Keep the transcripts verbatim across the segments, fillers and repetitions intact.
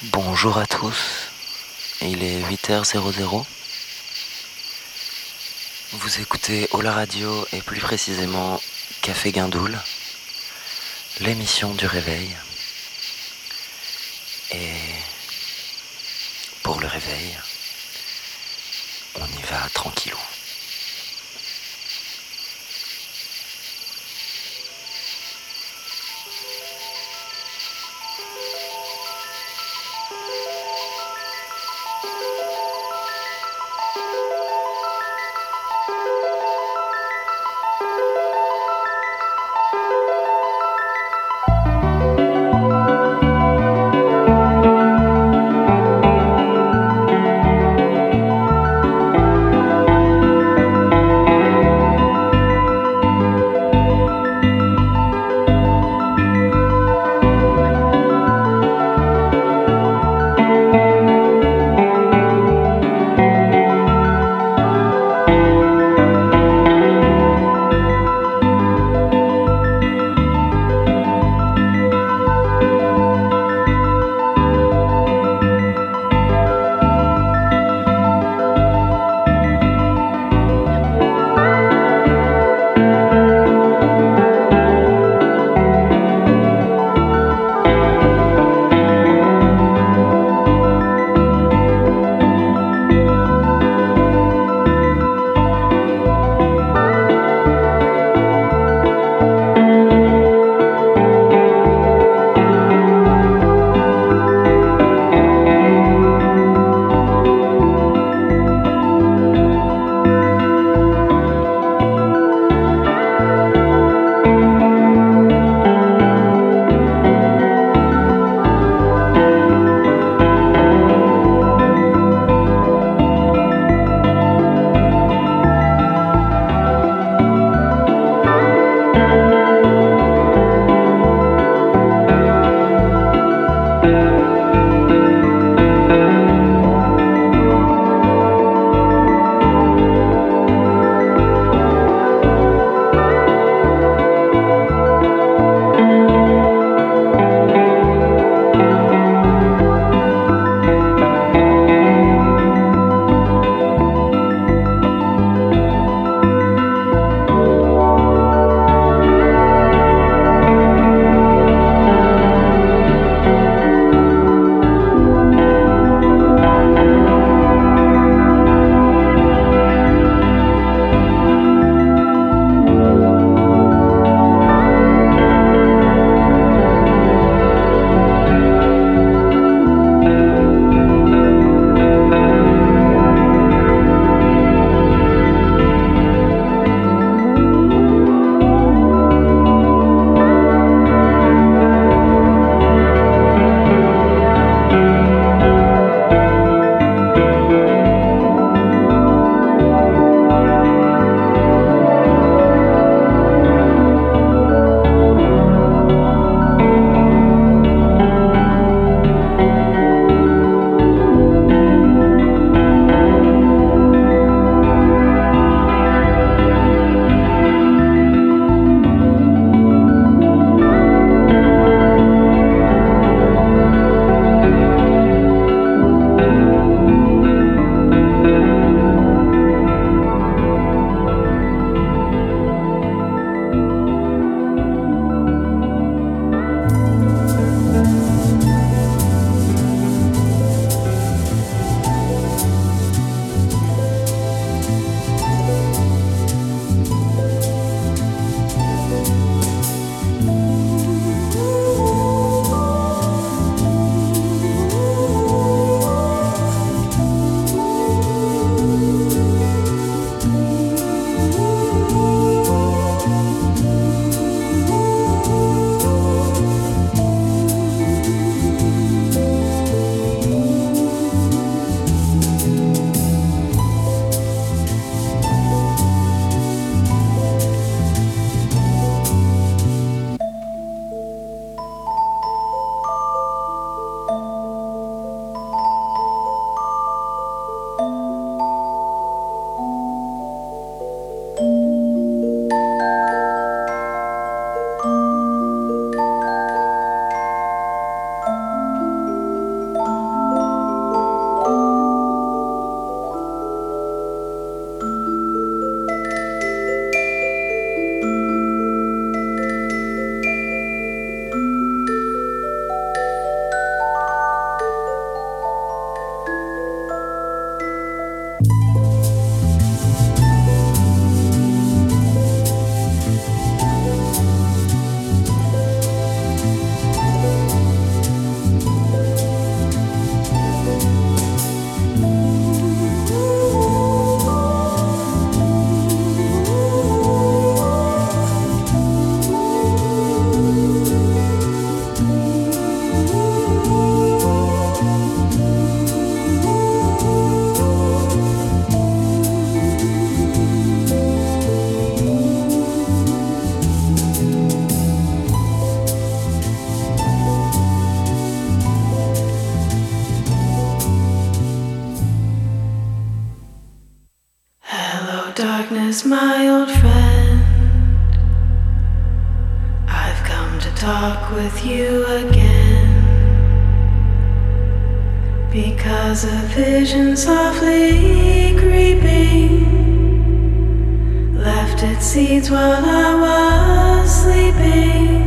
Bonjour à tous, il est huit heures. Vous écoutez Ola Radio et plus précisément Café Guindoul, l'émission du réveil. Et pour le réveil, on y va tranquillou. darkness, my old friend. I've come to talk with you again, because a vision softly creeping left its seeds while I was sleeping.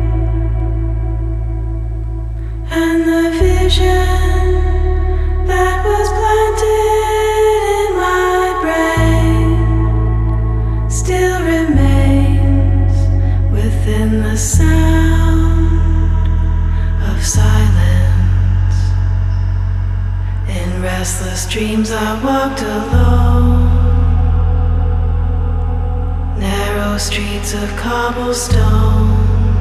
And the vision that was planted in my brain still remains within the sound of silence. In restless dreams I walked alone, narrow streets of cobblestone.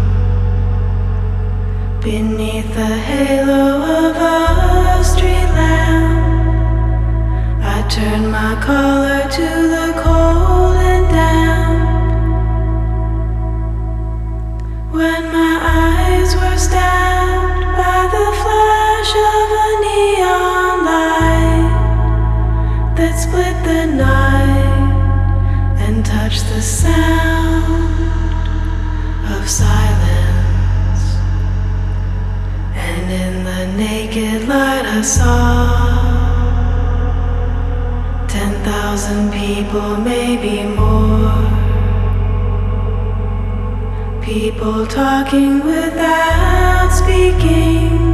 Beneath the halo of a street lamp, I turned my collar to the cold and damp. When my eyes were stabbed by the flash of a neon light that split the night and touched the sound of silence. And in the naked light I saw ten thousand people, maybe more. People talking without speaking,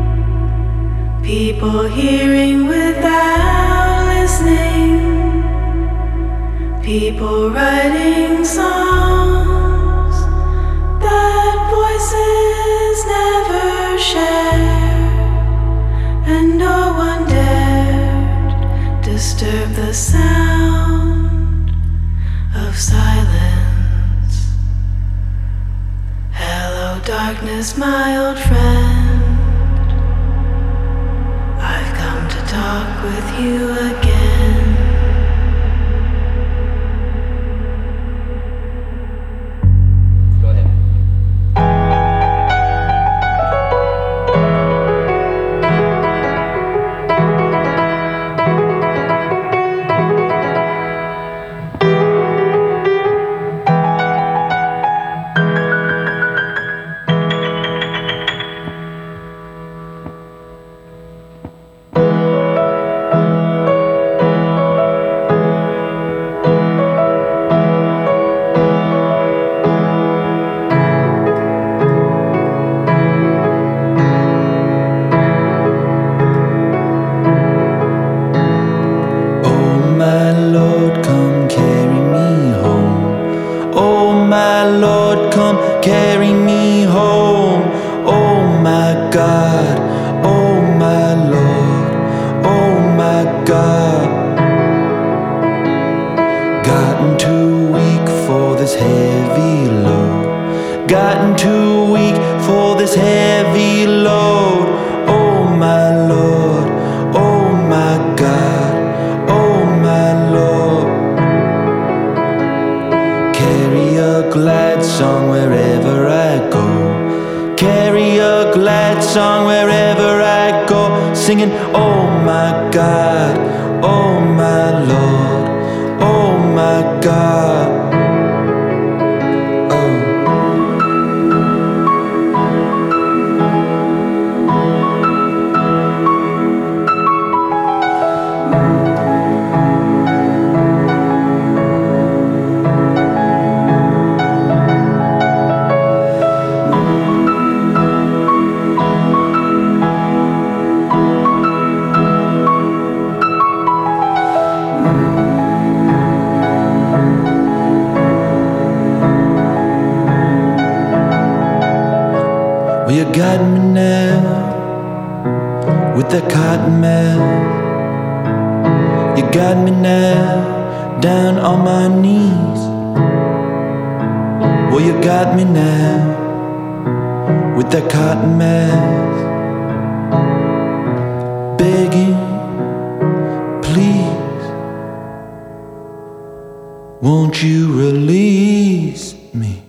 people hearing without listening, people writing songs that voices never share, and no one dared disturb the sound of silence. Hello darkness, my old friend, I've come to talk with you again. Won't you release me?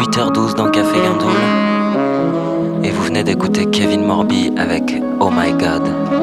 huit heures douze dans Café Guindoul. Et vous venez d'écouter Kevin Morby avec Oh My God.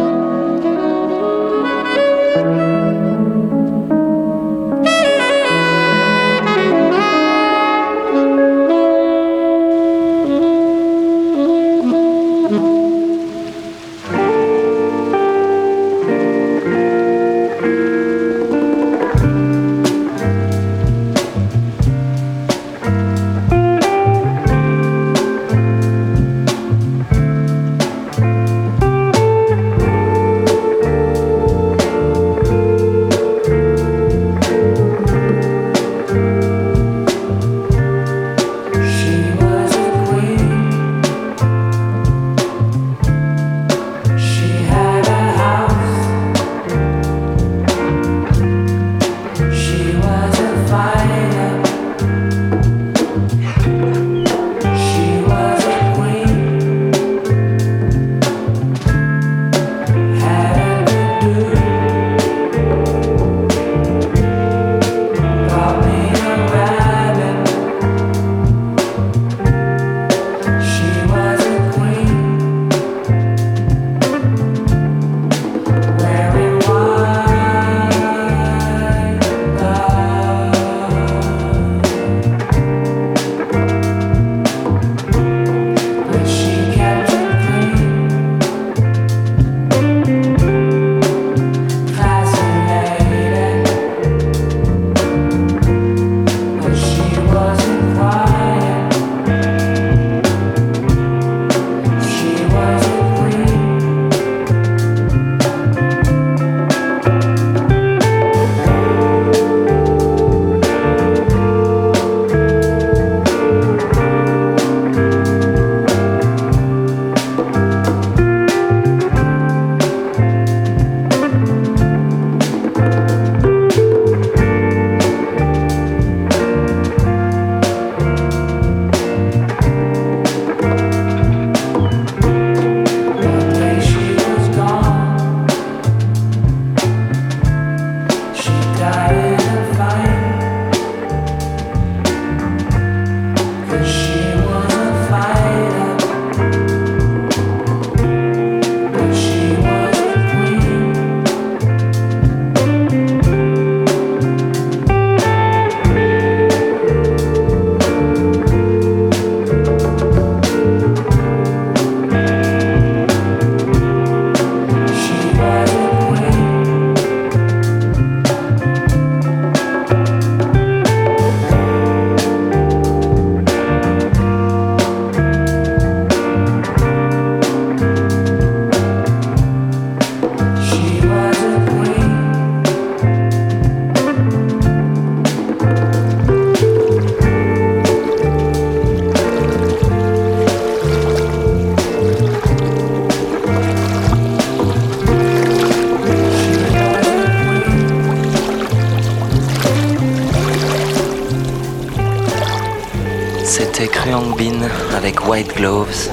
C'était Kruang Bin avec White Gloves.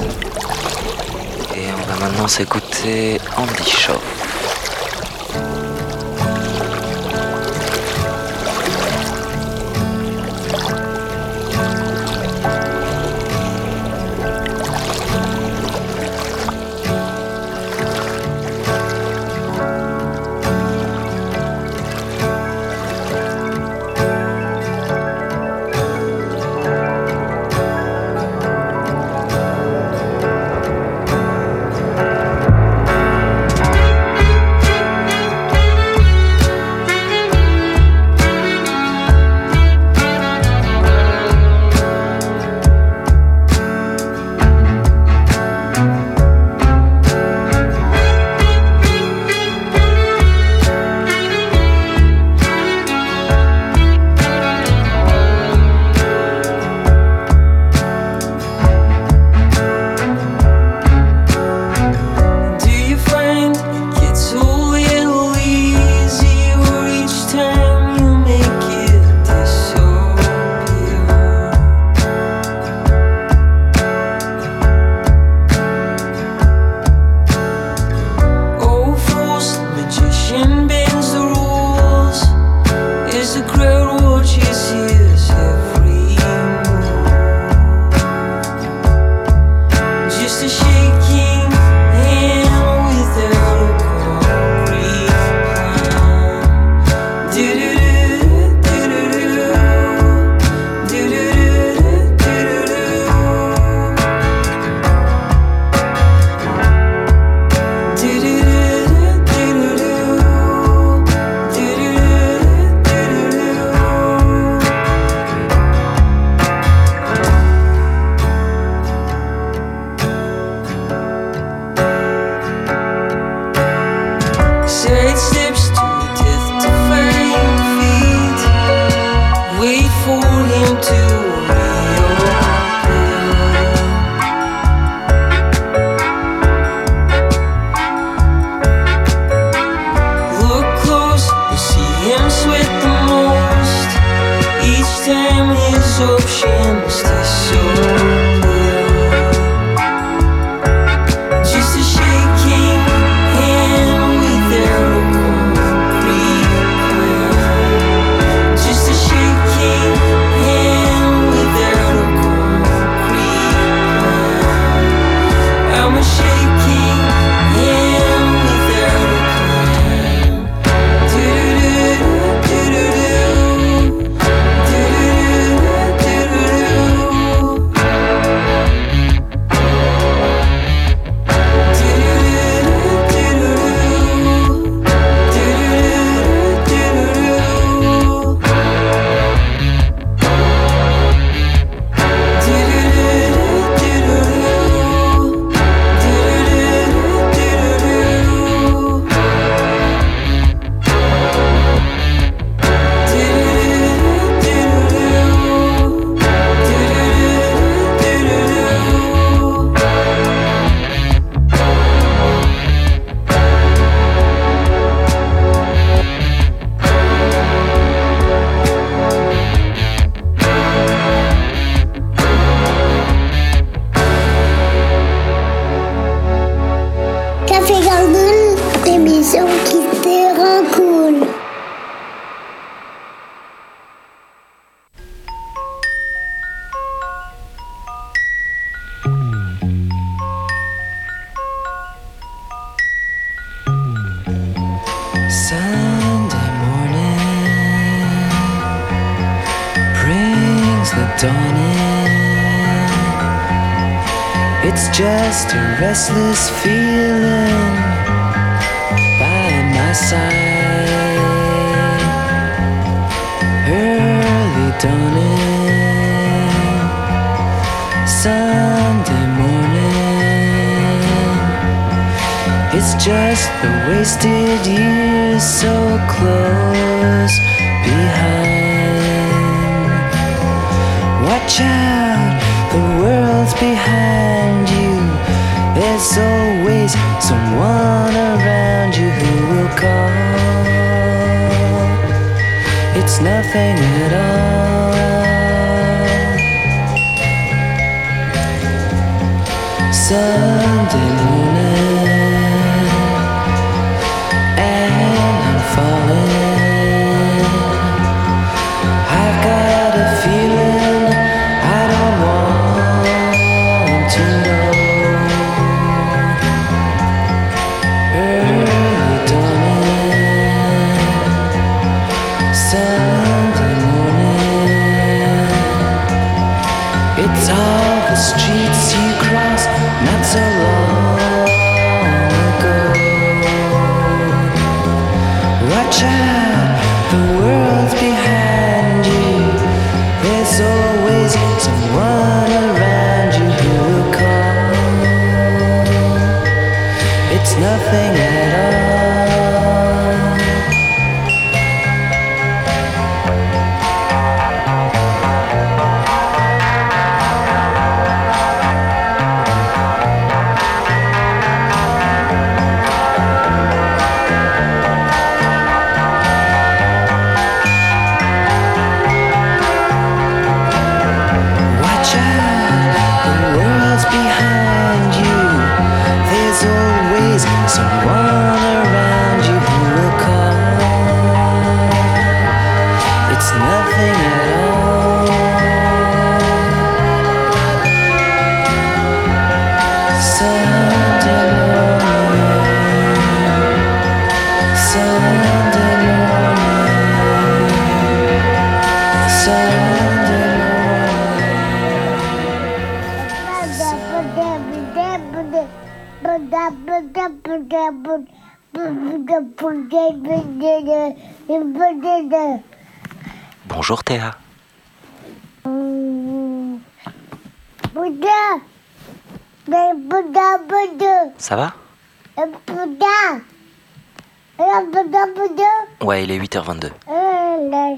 Et on va maintenant s'écouter Andy Shaw. Thank ocean stay so blue. Just a shaking hand without a concrete plan. Just a shaking hand without a concrete plan. I'm a shaking hand without a plan. Do-do-do, do-do-do, do-do-do, Café Gandoul, l'émission qui te rend cool. Sunday morning brings the dawn in. It's just a restless feeling by my side. Early dawning, Sunday morning. It's just the wasted years so close behind. Watch out, the world's behind you. There's always someone around you who will call. It's nothing at all. Sunday morning, and I'm falling. I've got a feeling I don't want to know. Early dawning, Sunday morning. It's all the streets you cross not so long ago. Watch out, the world's behind you. There's always someone around you who will call. It's nothing at all. Watch out, the world's behind you. There's always someone around you who will call. It's nothing at all. Sunday morning, Sunday morning, Sunday Bonjour Théa. Bouddha, le Bouddha, Bouddha, Ça va? le Bouddha, le Bouddha, Bouddha, Ouais, il est huit heures vingt-deux. euh, le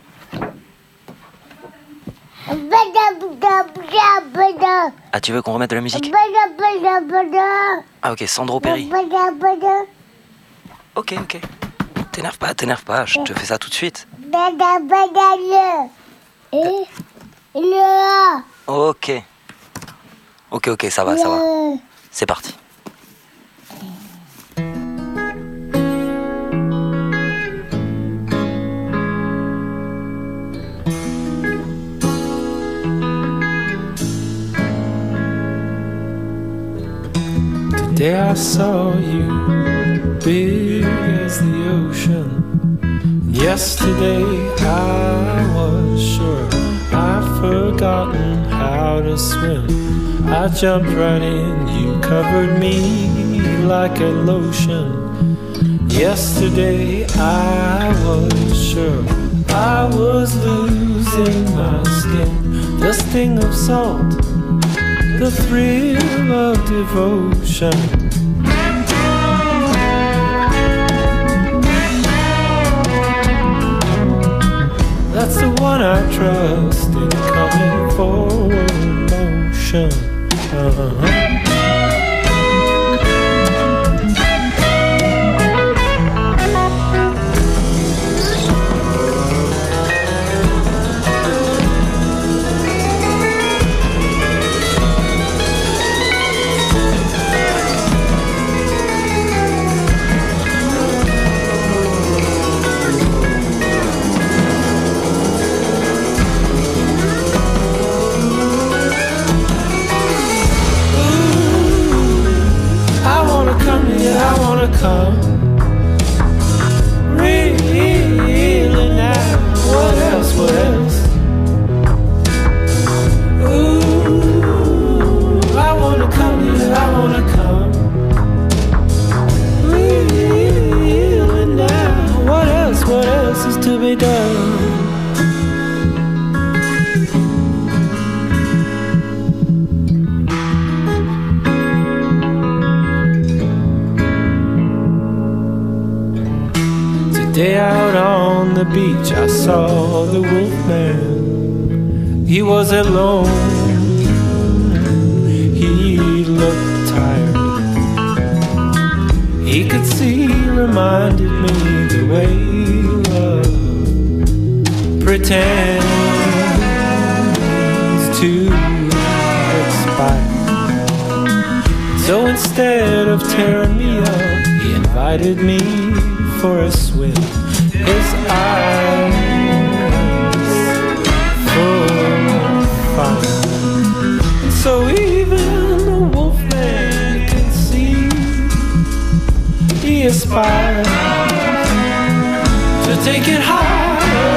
Bouddha, Bouddha, Bouddha, Bouddha, Ah, tu veux qu'on remette de la musique? Bouddha, Bouddha, Bouddha, Ah ok, Sandro Perry. Bouddha, Bouddha, Ok, ok. T'énerve pas, t'énerve pas, je te fais ça tout de suite. Bouddha, Bouddha, le, et, Le. Ok. Ok, ok, ça va, ça va. Le. C'est parti. Today I saw you, big as the ocean. Yesterday I was sure I'd forgotten how to swim. I jumped right in, you covered me like a lotion. Yesterday I was sure I was losing my skin. The sting of salt, the thrill of devotion. That's the one I trust in coming forward motion. Uh-huh. I wanna come really now. What else, what else? Ooh, I wanna come, yeah, I wanna come really now. What else, what else is to be done? Day out on the beach, I saw the wolfman. He was alone. He looked tired. He could see, reminded me the way love pretends to expire. So instead of tearing me up, he invited me for a swim. His eyes full of fire. And so even the wolfman can see he aspires to take it higher.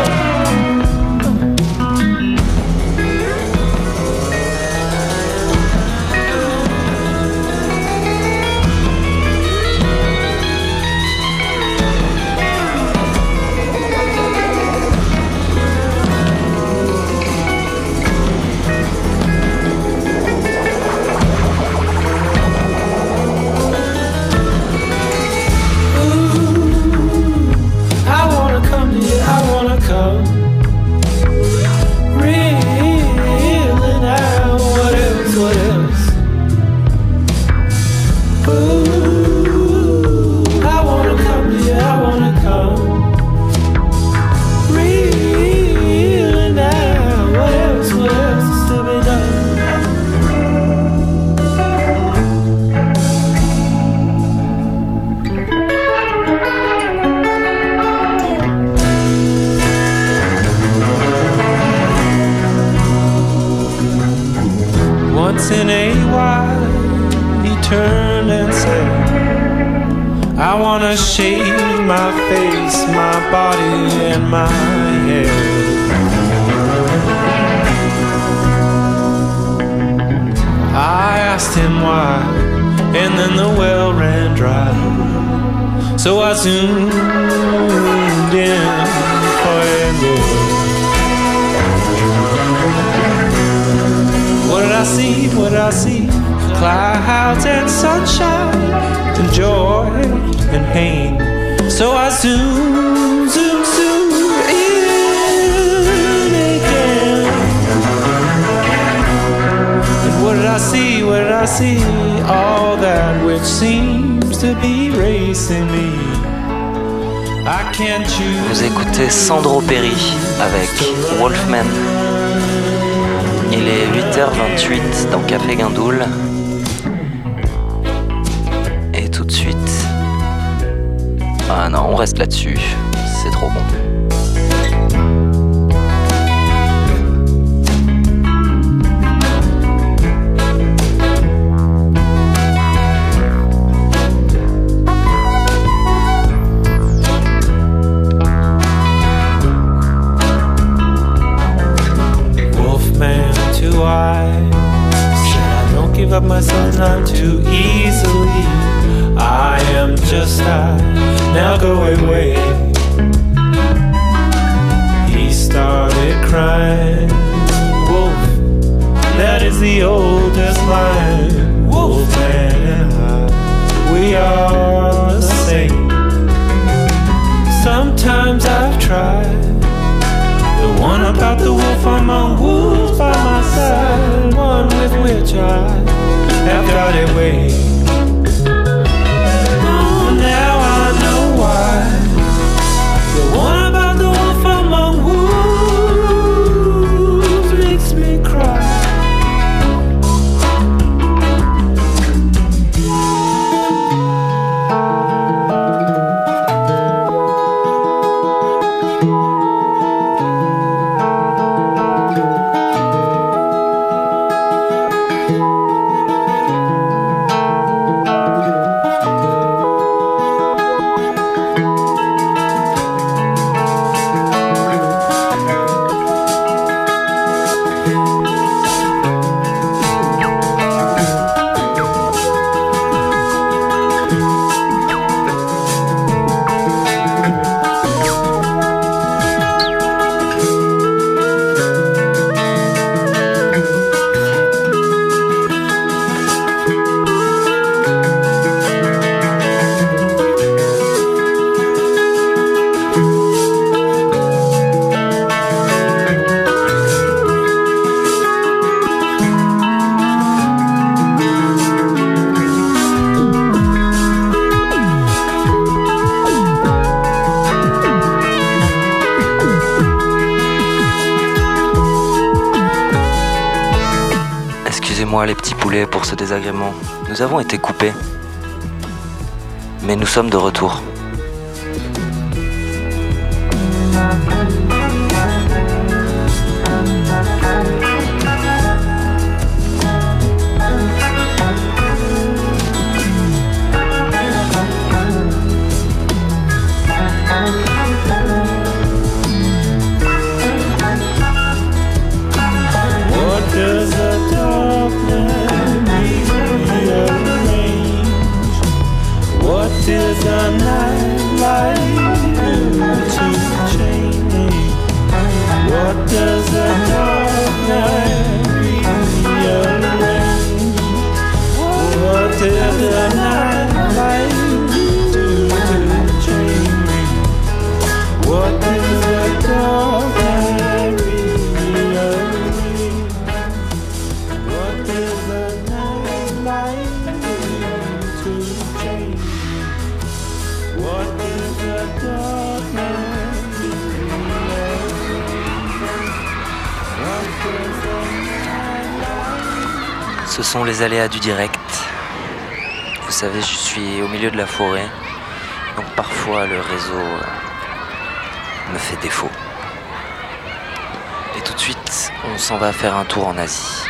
In a while, he turned and said, I wanna shave my face, my body, and my hair. I asked him why, and then the well ran dry. So I zoomed in for a look. What did I see? What did I see? Clouds and sunshine, and joy and pain. So I zoom, zoom, zoom in again. And what did I see? What did I see? All that which seems to be racing me. I can't choose. Vous écoutez Sandro Perry avec Wolfman. heures vingt-huit dans Café Guindoul. Et tout de suite... Ah non, on reste là-dessus. C'est trop bon. Up myself not too easily. I am just I, now go away. He started crying. Wolf, that is the oldest line. Wolfman and I, we are the same. Sometimes I've tried the one about the wolf among wolves by my side, one with which I have got away. Oh, now I know why. The one about the wolf among wolves makes me cry. Excusez-moi les petits poulets pour ce désagrément. Nous avons été coupés. Mais nous sommes de retour. Is a night light to change? What does a dark night rearrange? What does a night light do to change? What does a dark night rearrange? What does a night light do to change? Ce sont les aléas du direct. Vous savez, je suis au milieu de la forêt, donc parfois le réseau me fait défaut. Et tout de suite, on s'en va faire un tour en Asie.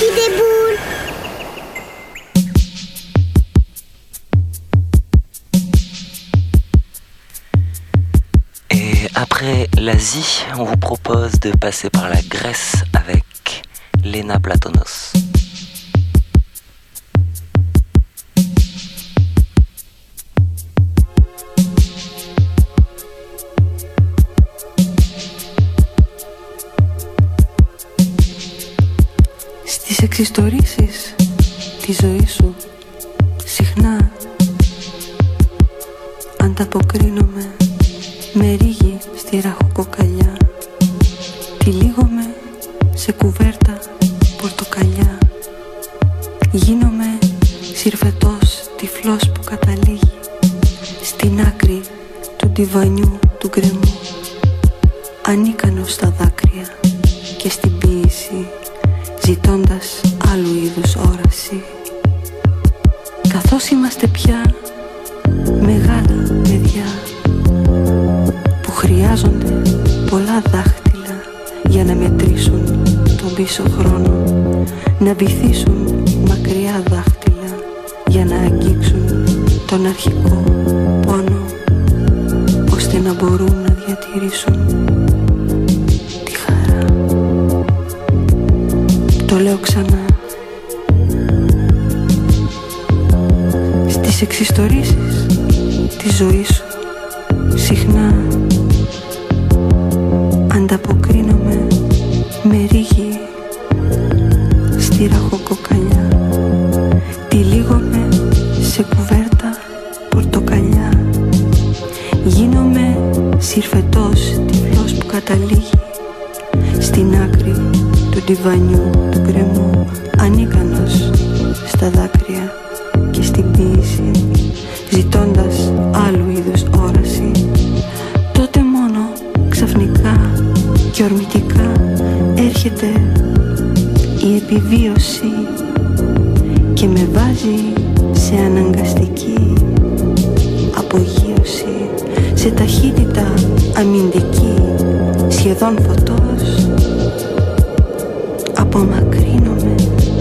qui déboule. Et après l'Asie, on vous propose de passer par la Grèce avec Lena Platonos. Στις εξιστορήσεις της ζωής σου συχνά ανταποκρίνομαι με ρίγη στη ραχοκοκαλιά. Τυλίγομαι σε κουβέρτα πορτοκαλιά. Γίνομαι συρφετός τυφλός που καταλήγει στην άκρη του ντιβανιού του γκρεμού, ανίκανος στα δάκρυα και στην ποίηση, ζητώντας άλλου είδους όραση. Καθώς είμαστε πια μεγάλα παιδιά που χρειάζονται πολλά δάχτυλα για να μετρήσουν τον πίσω χρόνο, να βυθίσουν μακριά δάχτυλα για να αγγίξουν τον αρχικό πόνο, ώστε να μπορούν να διατηρήσουν τη χαρά. Το λέω ξανά. Στις εξιστορήσεις της ζωής σου συχνά ανταποκρίνομαι με ρίγη στη ραχοκοκαλιά. Τυλίγομαι σε κουβέρτα πορτοκαλιά. Γίνομαι συρφετός τυφλός που καταλήγει στην άκρη του ντιβανιού του γκρεμού, ανίκανος στα δάκρυα και στην ποίηση, ζητώντας άλλου είδους όραση. Τότε μόνο ξαφνικά και ορμητικά έρχεται η επιβίωση και με βάζει σε αναγκαστική απογείωση, σε ταχύτητα αμυντική, σχεδόν φωτός. Απομακρύνομαι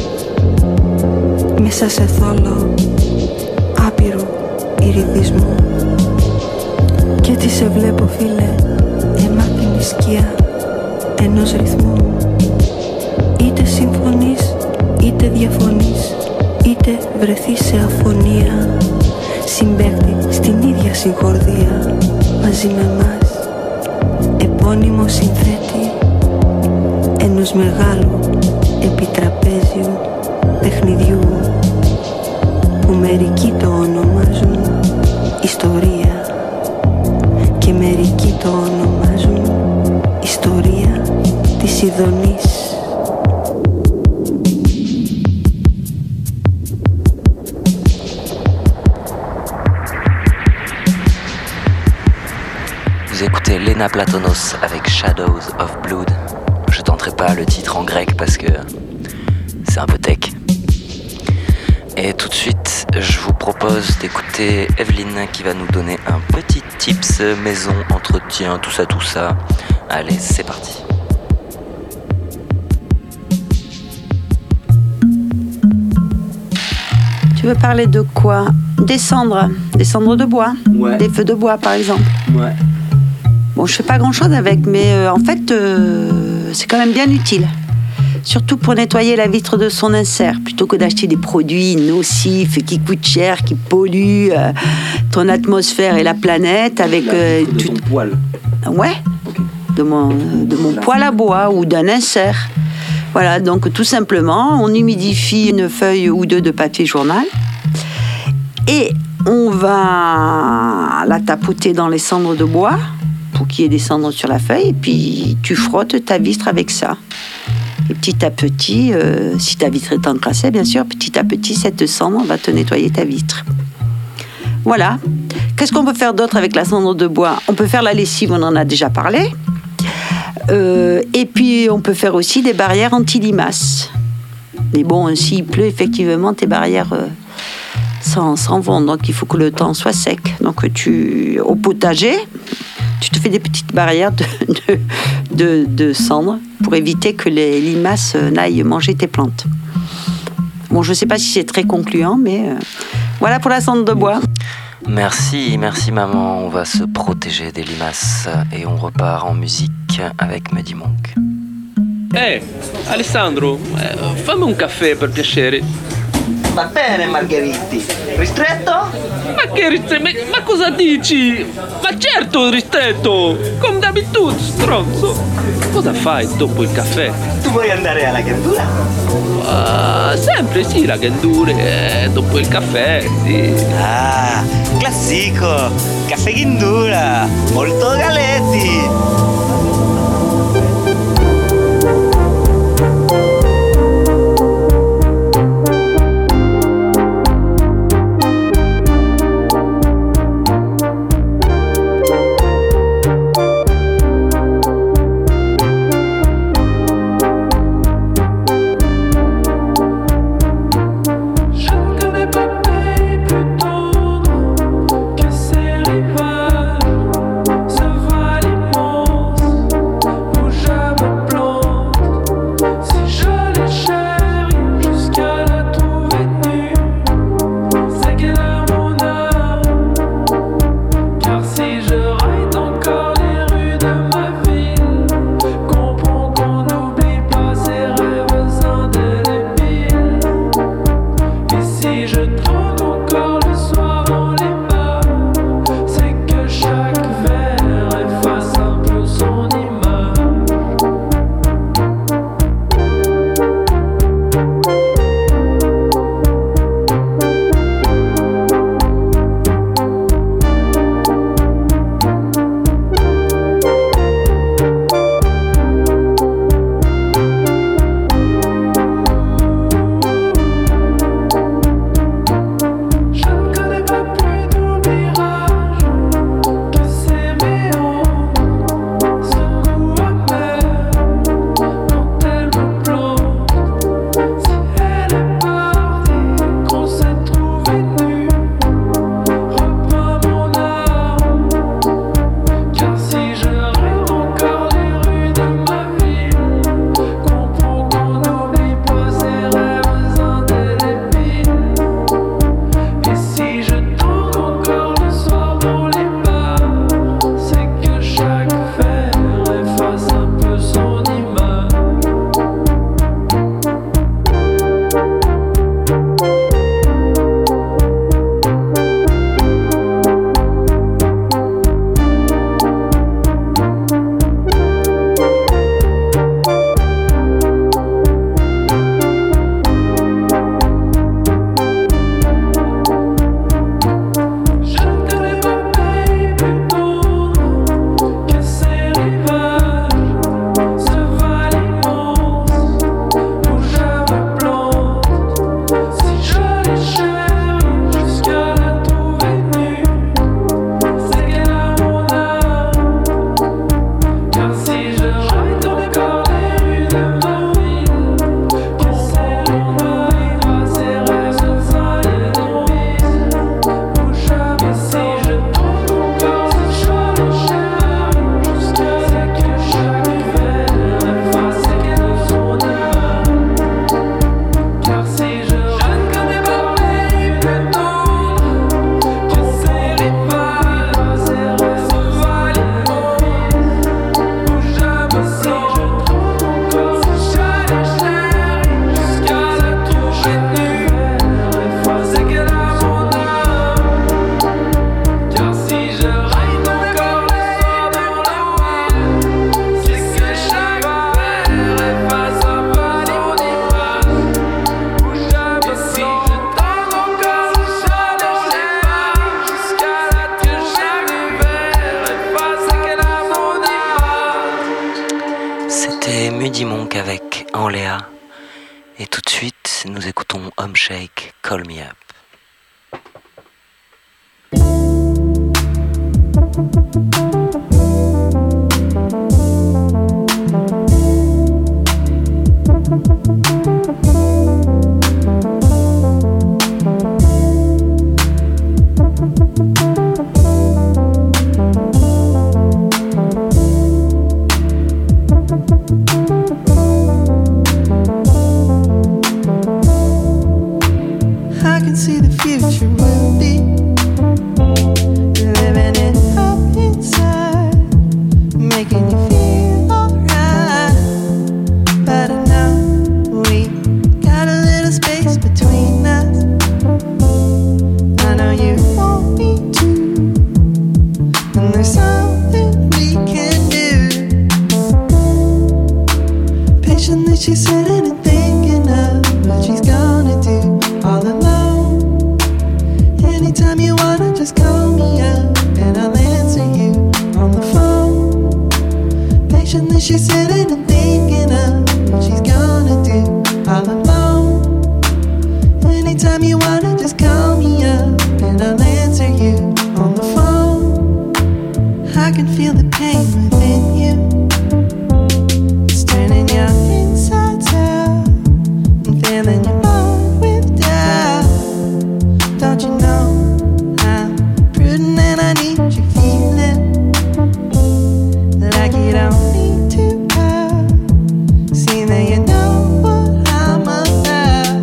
μέσα σε θόλο άπειρου ηριδισμού κι έτσι σε βλέπω, φίλε, εμάκρυνη σκιά ενός ρυθμού. Είτε συμφωνείς είτε διαφωνείς, είτε βρεθείς σε αφωνία, συμπαίχτη στην ίδια συγχορδία μαζί με μας, επώνυμο συνθέτη ενός μεγάλου επιτραπέζιου παιχνιδιού που μερικοί το ονομάζουν ιστορία και μερικοί το ονομάζουν ιστορία της Ιδονής. Vous écoutez Lena Platonos avec Shadows of Blood. Je tenterai pas le titre en grec parce que c'est un peu tech. Et tout de suite, je vous propose d'écouter Evelyne qui va nous donner un petit tips maison, entretien, tout ça, tout ça. Allez, c'est parti. Tu veux parler de quoi? Des cendres, des cendres de bois, Ouais. des feux de bois par exemple. Ouais. Bon, je fais pas grand chose avec, mais euh, en fait, euh, c'est quand même bien utile. Surtout pour nettoyer la vitre de son insert, plutôt que d'acheter des produits nocifs qui coûtent cher, qui polluent euh, ton atmosphère et la planète avec La euh, vitre de tout. ton poêle. Ouais, de mon, de mon poêle à bois ou d'un insert. Voilà, donc tout simplement, on humidifie une feuille ou deux de papier journal et on va la tapoter dans les cendres de bois pour qu'il y ait des cendres sur la feuille, et puis tu frottes ta vitre avec ça. Et petit à petit, euh, si ta vitre est encrassée, bien sûr, petit à petit, cette cendre va te nettoyer ta vitre. Voilà. Qu'est-ce qu'on peut faire d'autre avec la cendre de bois? On peut faire la lessive, on en a déjà parlé. Euh, et puis, on peut faire aussi des barrières anti-limaces. Mais bon, s'il pleut, effectivement, tes barrières euh, s'en, s'en vont. Donc, il faut que le temps soit sec. Donc, tu, au potager, tu te fais des petites barrières de, de, de, de cendres pour éviter que les limaces n'aillent manger tes plantes. Bon, je ne sais pas si c'est très concluant, mais euh, voilà pour la cendre de bois. Merci, merci maman. On va se protéger des limaces et on repart en musique avec Muddy Monk. Eh, Alessandro, eh, fammi un caffè per piacere. Va bene, Margheriti. Ristretto? Ma che ristretto? Ma cosa dici? Ma certo ristretto! Come d'abitudine, stronzo! Cosa fai dopo il caffè? Tu vuoi andare alla Gandura? Uh, sempre sì, la Gandura, eh, dopo il caffè, sì. Ah, classico! Caffè Gandura! Molto galetti! Muddy Monk avec En Léa. Et tout de suite, nous écoutons Home Shake, Call Me Up. Anytime you wanna, just call me up and I'll answer you on the phone. I can feel the pain within you. It's turning your insides out and filling your mind with doubt. Don't you know I'm prudent and I need you feeling like you don't need to pout. See that you know what I'm about.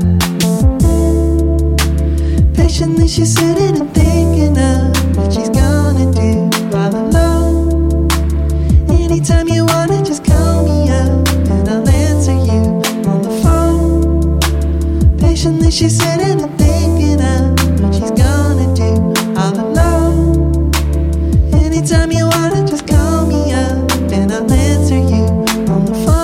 Patiently she's sitting and thinking of what she's gonna do all alone. Anytime you wanna, just call me up and I'll answer you on the phone. Patiently she's sitting and thinking of what she's gonna do all alone. Anytime you wanna, just call me up and I'll answer you on the phone.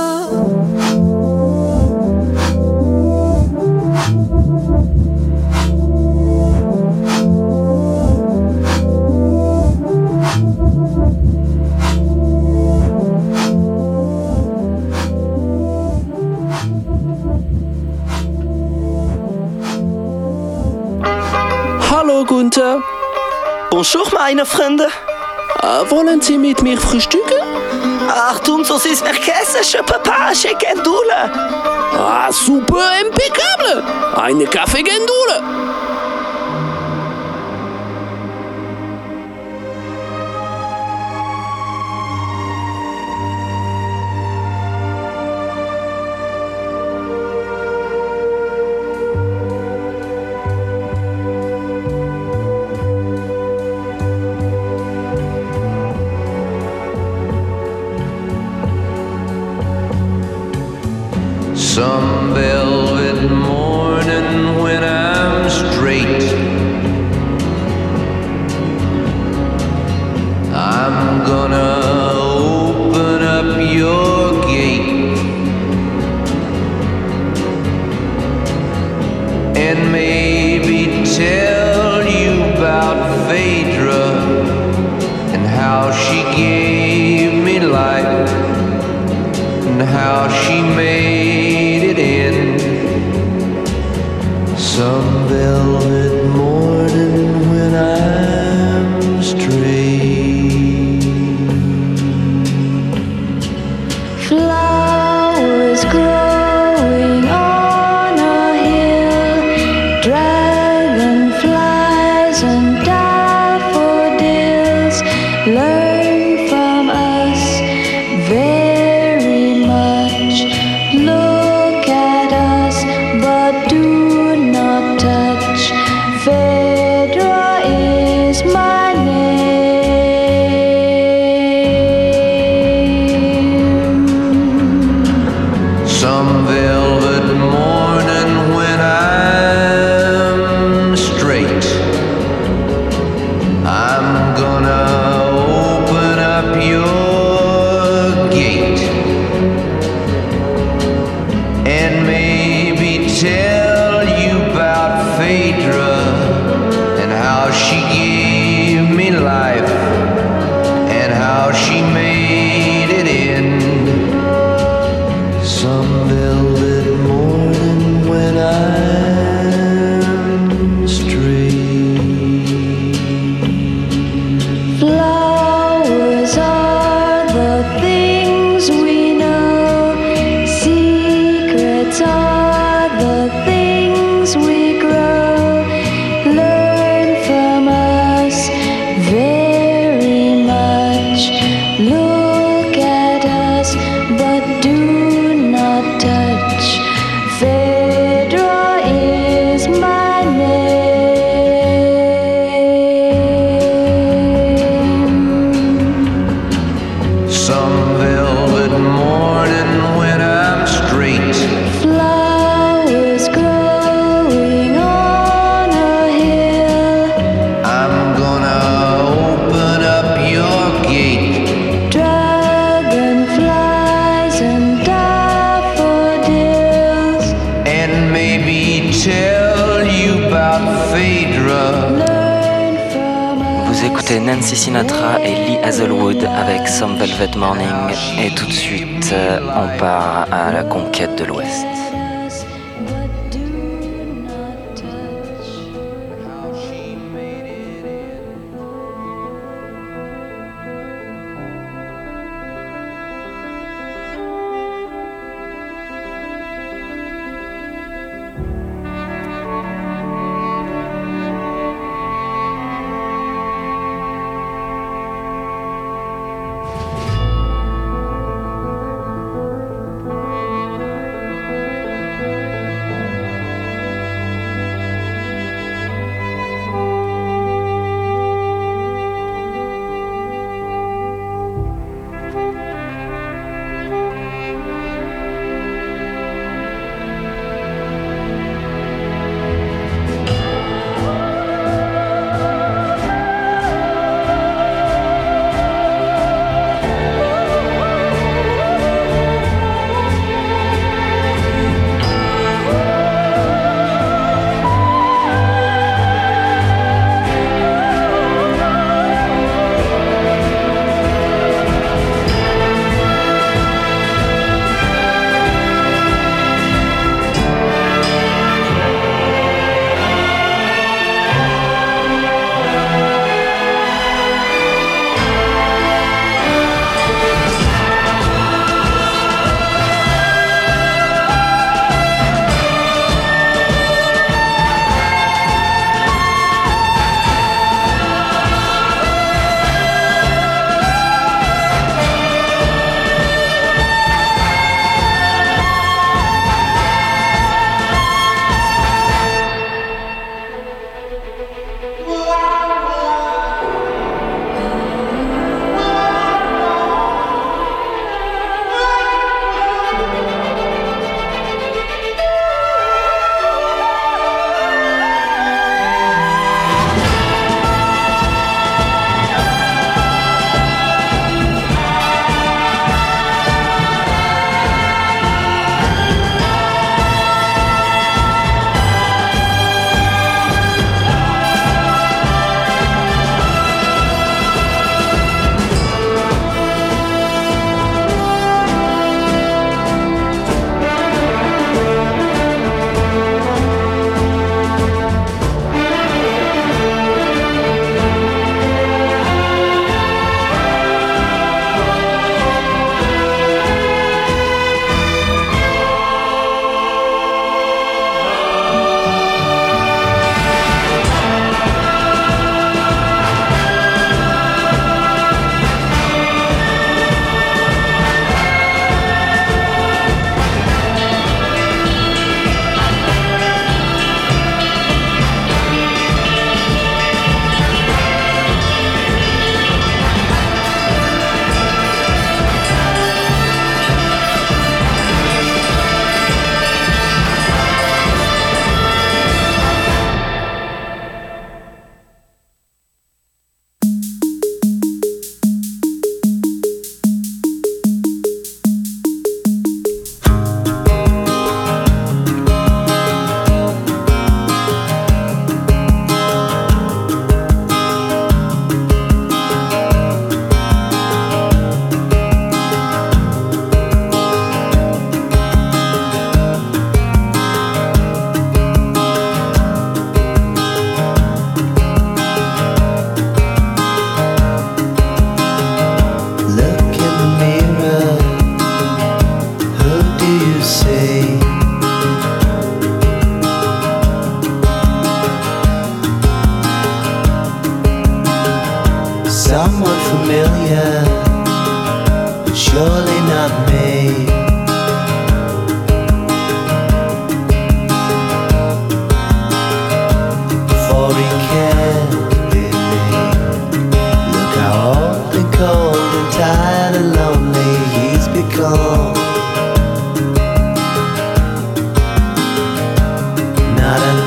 Hallo Gunther, Bonjour, meine Freunde. äh, wollen Sie mit mir frühstücken? Achtung, so ist vergessen, je peux pas, j'ai Gendula. Ah, super impeccable! Eine Kaffeegendule! Some velvet morning when I'm straight, I'm gonna open up your gate and maybe tell you about Phaedra and how she gave me life and how she made it in some velvet morning when I'm straight. Flowers growing on a hill, dragonflies and daffodils learn from us very much. Look at us, but do not touch. Phaedra is my name. Some velvet morning when I'm straight, I'm gonna open up your gate and maybe tell you about Phaedra and how she gave me life and how she made it in some velvet morning when I'm straight. Flowers are the things we know. Secrets are the things we grow. Learn from us very much. Look at us, but do not touch. Phaedra is my name. Some velvet morning when I'm straight, Flowers growing on a hill, I'm gonna open up your gate dragonflies and daffodils and maybe tell you about Phaedra. learn from us. Vous écoutez Nancy Sinatra et Lee Hazelwood avec Some Velvet Morning et tout de suite euh, on part à la conquête de l'Ouest. But do not touch.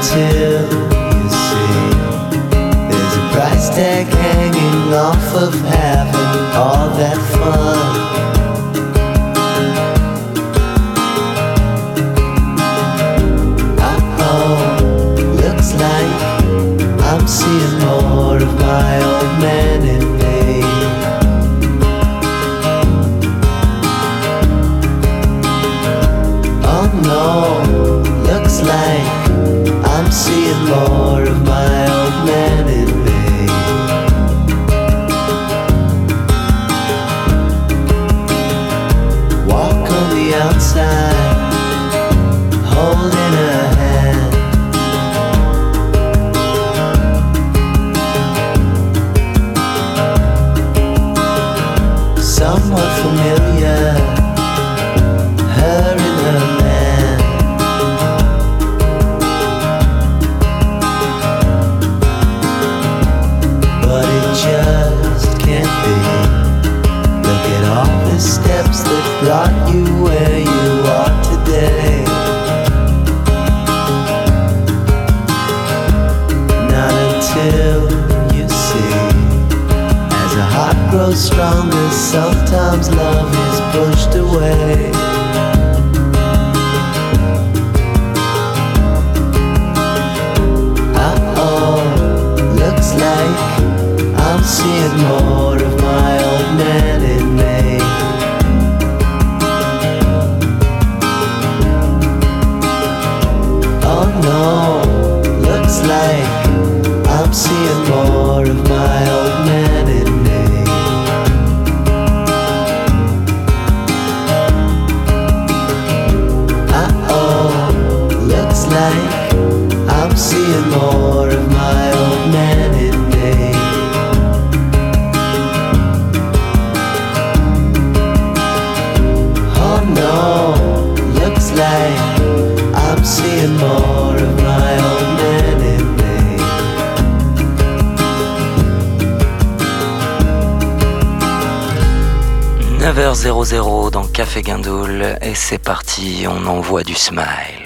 until you see there's a price tag hanging off of having all that fun. Uh-oh, looks like I'm seeing more of my old man in me. Oh no, looks like I'm seeing more of my old man in me. Walk on the outside, holding a hand. Somewhat familiar, her and her man. But it just can't be. Look at all the steps that brought you where you are today. Not until you see, as a heart grows stronger, sometimes love is pushed away. Uh-oh, looks like I'm seeing more of my old man in me. Oh no, looks like I'm seeing more of my old man in me. Uh-oh, looks like I'm seeing more of my old man in me. Oh no, looks like I'm seeing more of my old man in me. neuf heures dans Café Guindoul et c'est parti, on envoie du smile.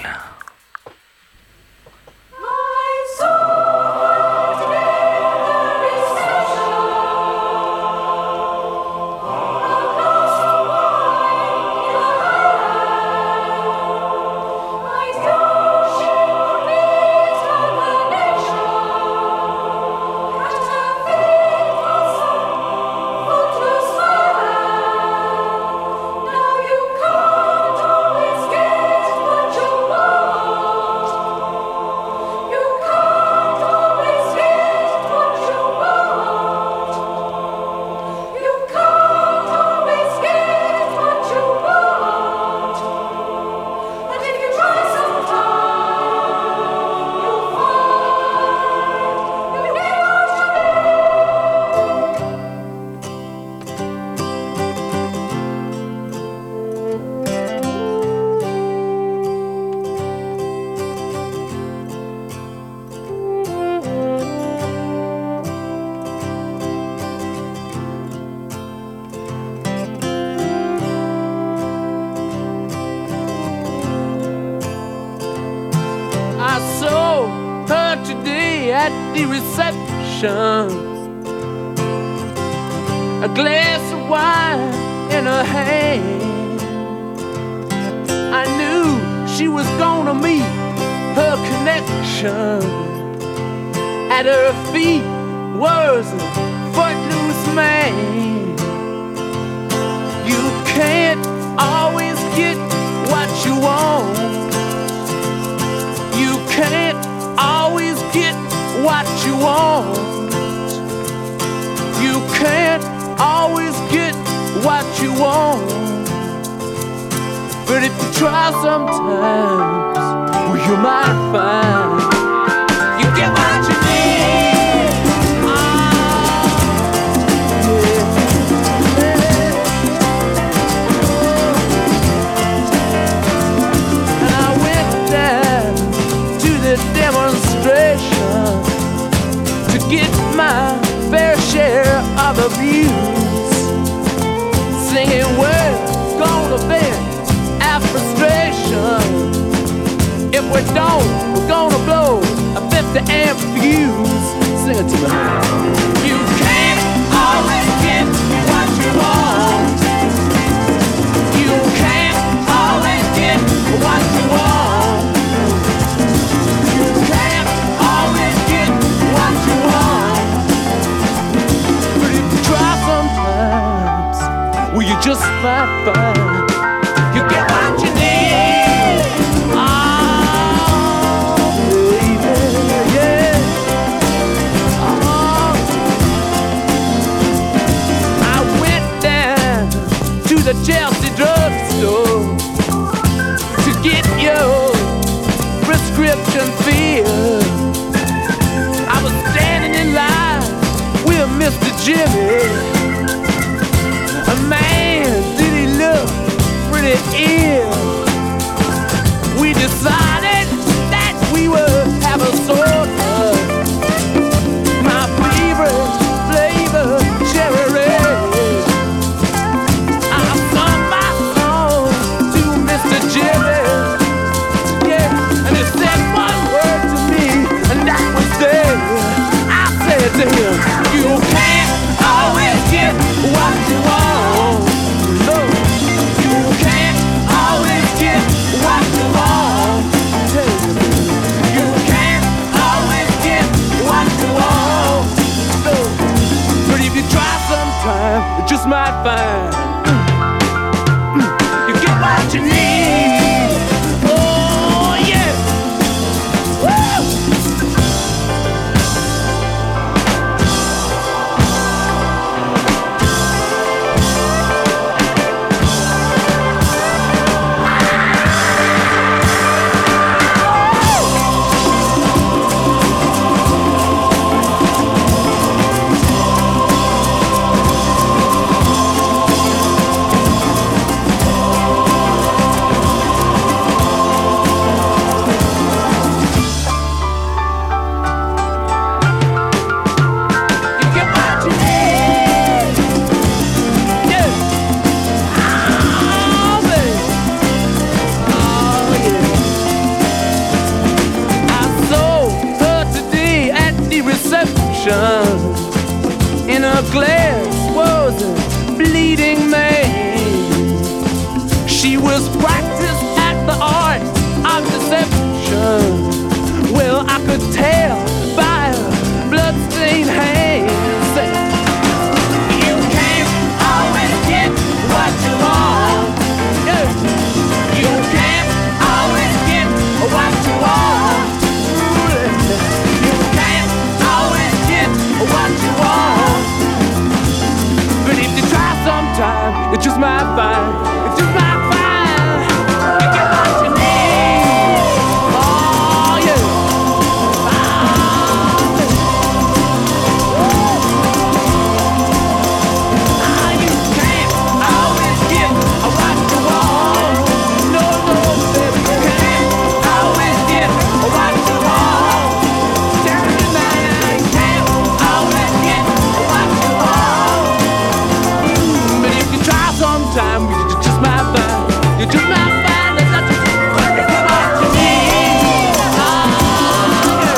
The reception, a glass of wine in her hand. I knew she was gonna meet her connection. At her feet was a footloose man. You can't always get what you want. You can't always get what you want. You can't always get what you want. But if you try sometimes, well, you might find you get what you need. Oh, yeah. And I went down to the demonstration to get my fair share of abuse, singing we're gonna vent our frustration. It we don't, we're gonna blow a fifty amp fuse. Sing it to me. You can't always get what you want. You can't always get what you want. You can't always get what you want. But if you try sometimes, well, you just might find you get what you need. Oh, baby, yeah. Oh, I went down to the Chelsea drugstore to get your prescription filled. I was standing in line with Mister Jimmy. A man, did he look pretty ill. We decided that we would have a soda. My favorite flavor, cherry red. I sung my song to Mister Jimmy. Yeah, and he said one word to me, and that was there. I said to him, you can't always get what you want. No, you can't always get what you want. You can't always get what you want. No, but if you try sometime, you just might find you get what you need. Oh yeah. Woo! In her glass was a bleeding man. She was practiced at the art of deception. Well, I could tell by her bloodstained hands. You can't always get what you want. You can't always get what you want. You can't always get what you want. But if you try sometime, you just might find, you just might find, you get what you need. Oh yeah. Oh, oh, you can't always get what you want. No, no, baby, you can't always get what you want. Tell me now, you can't always get what you want. But if you try sometime, you just might find, you just might find that that's what you need. Oh, yeah.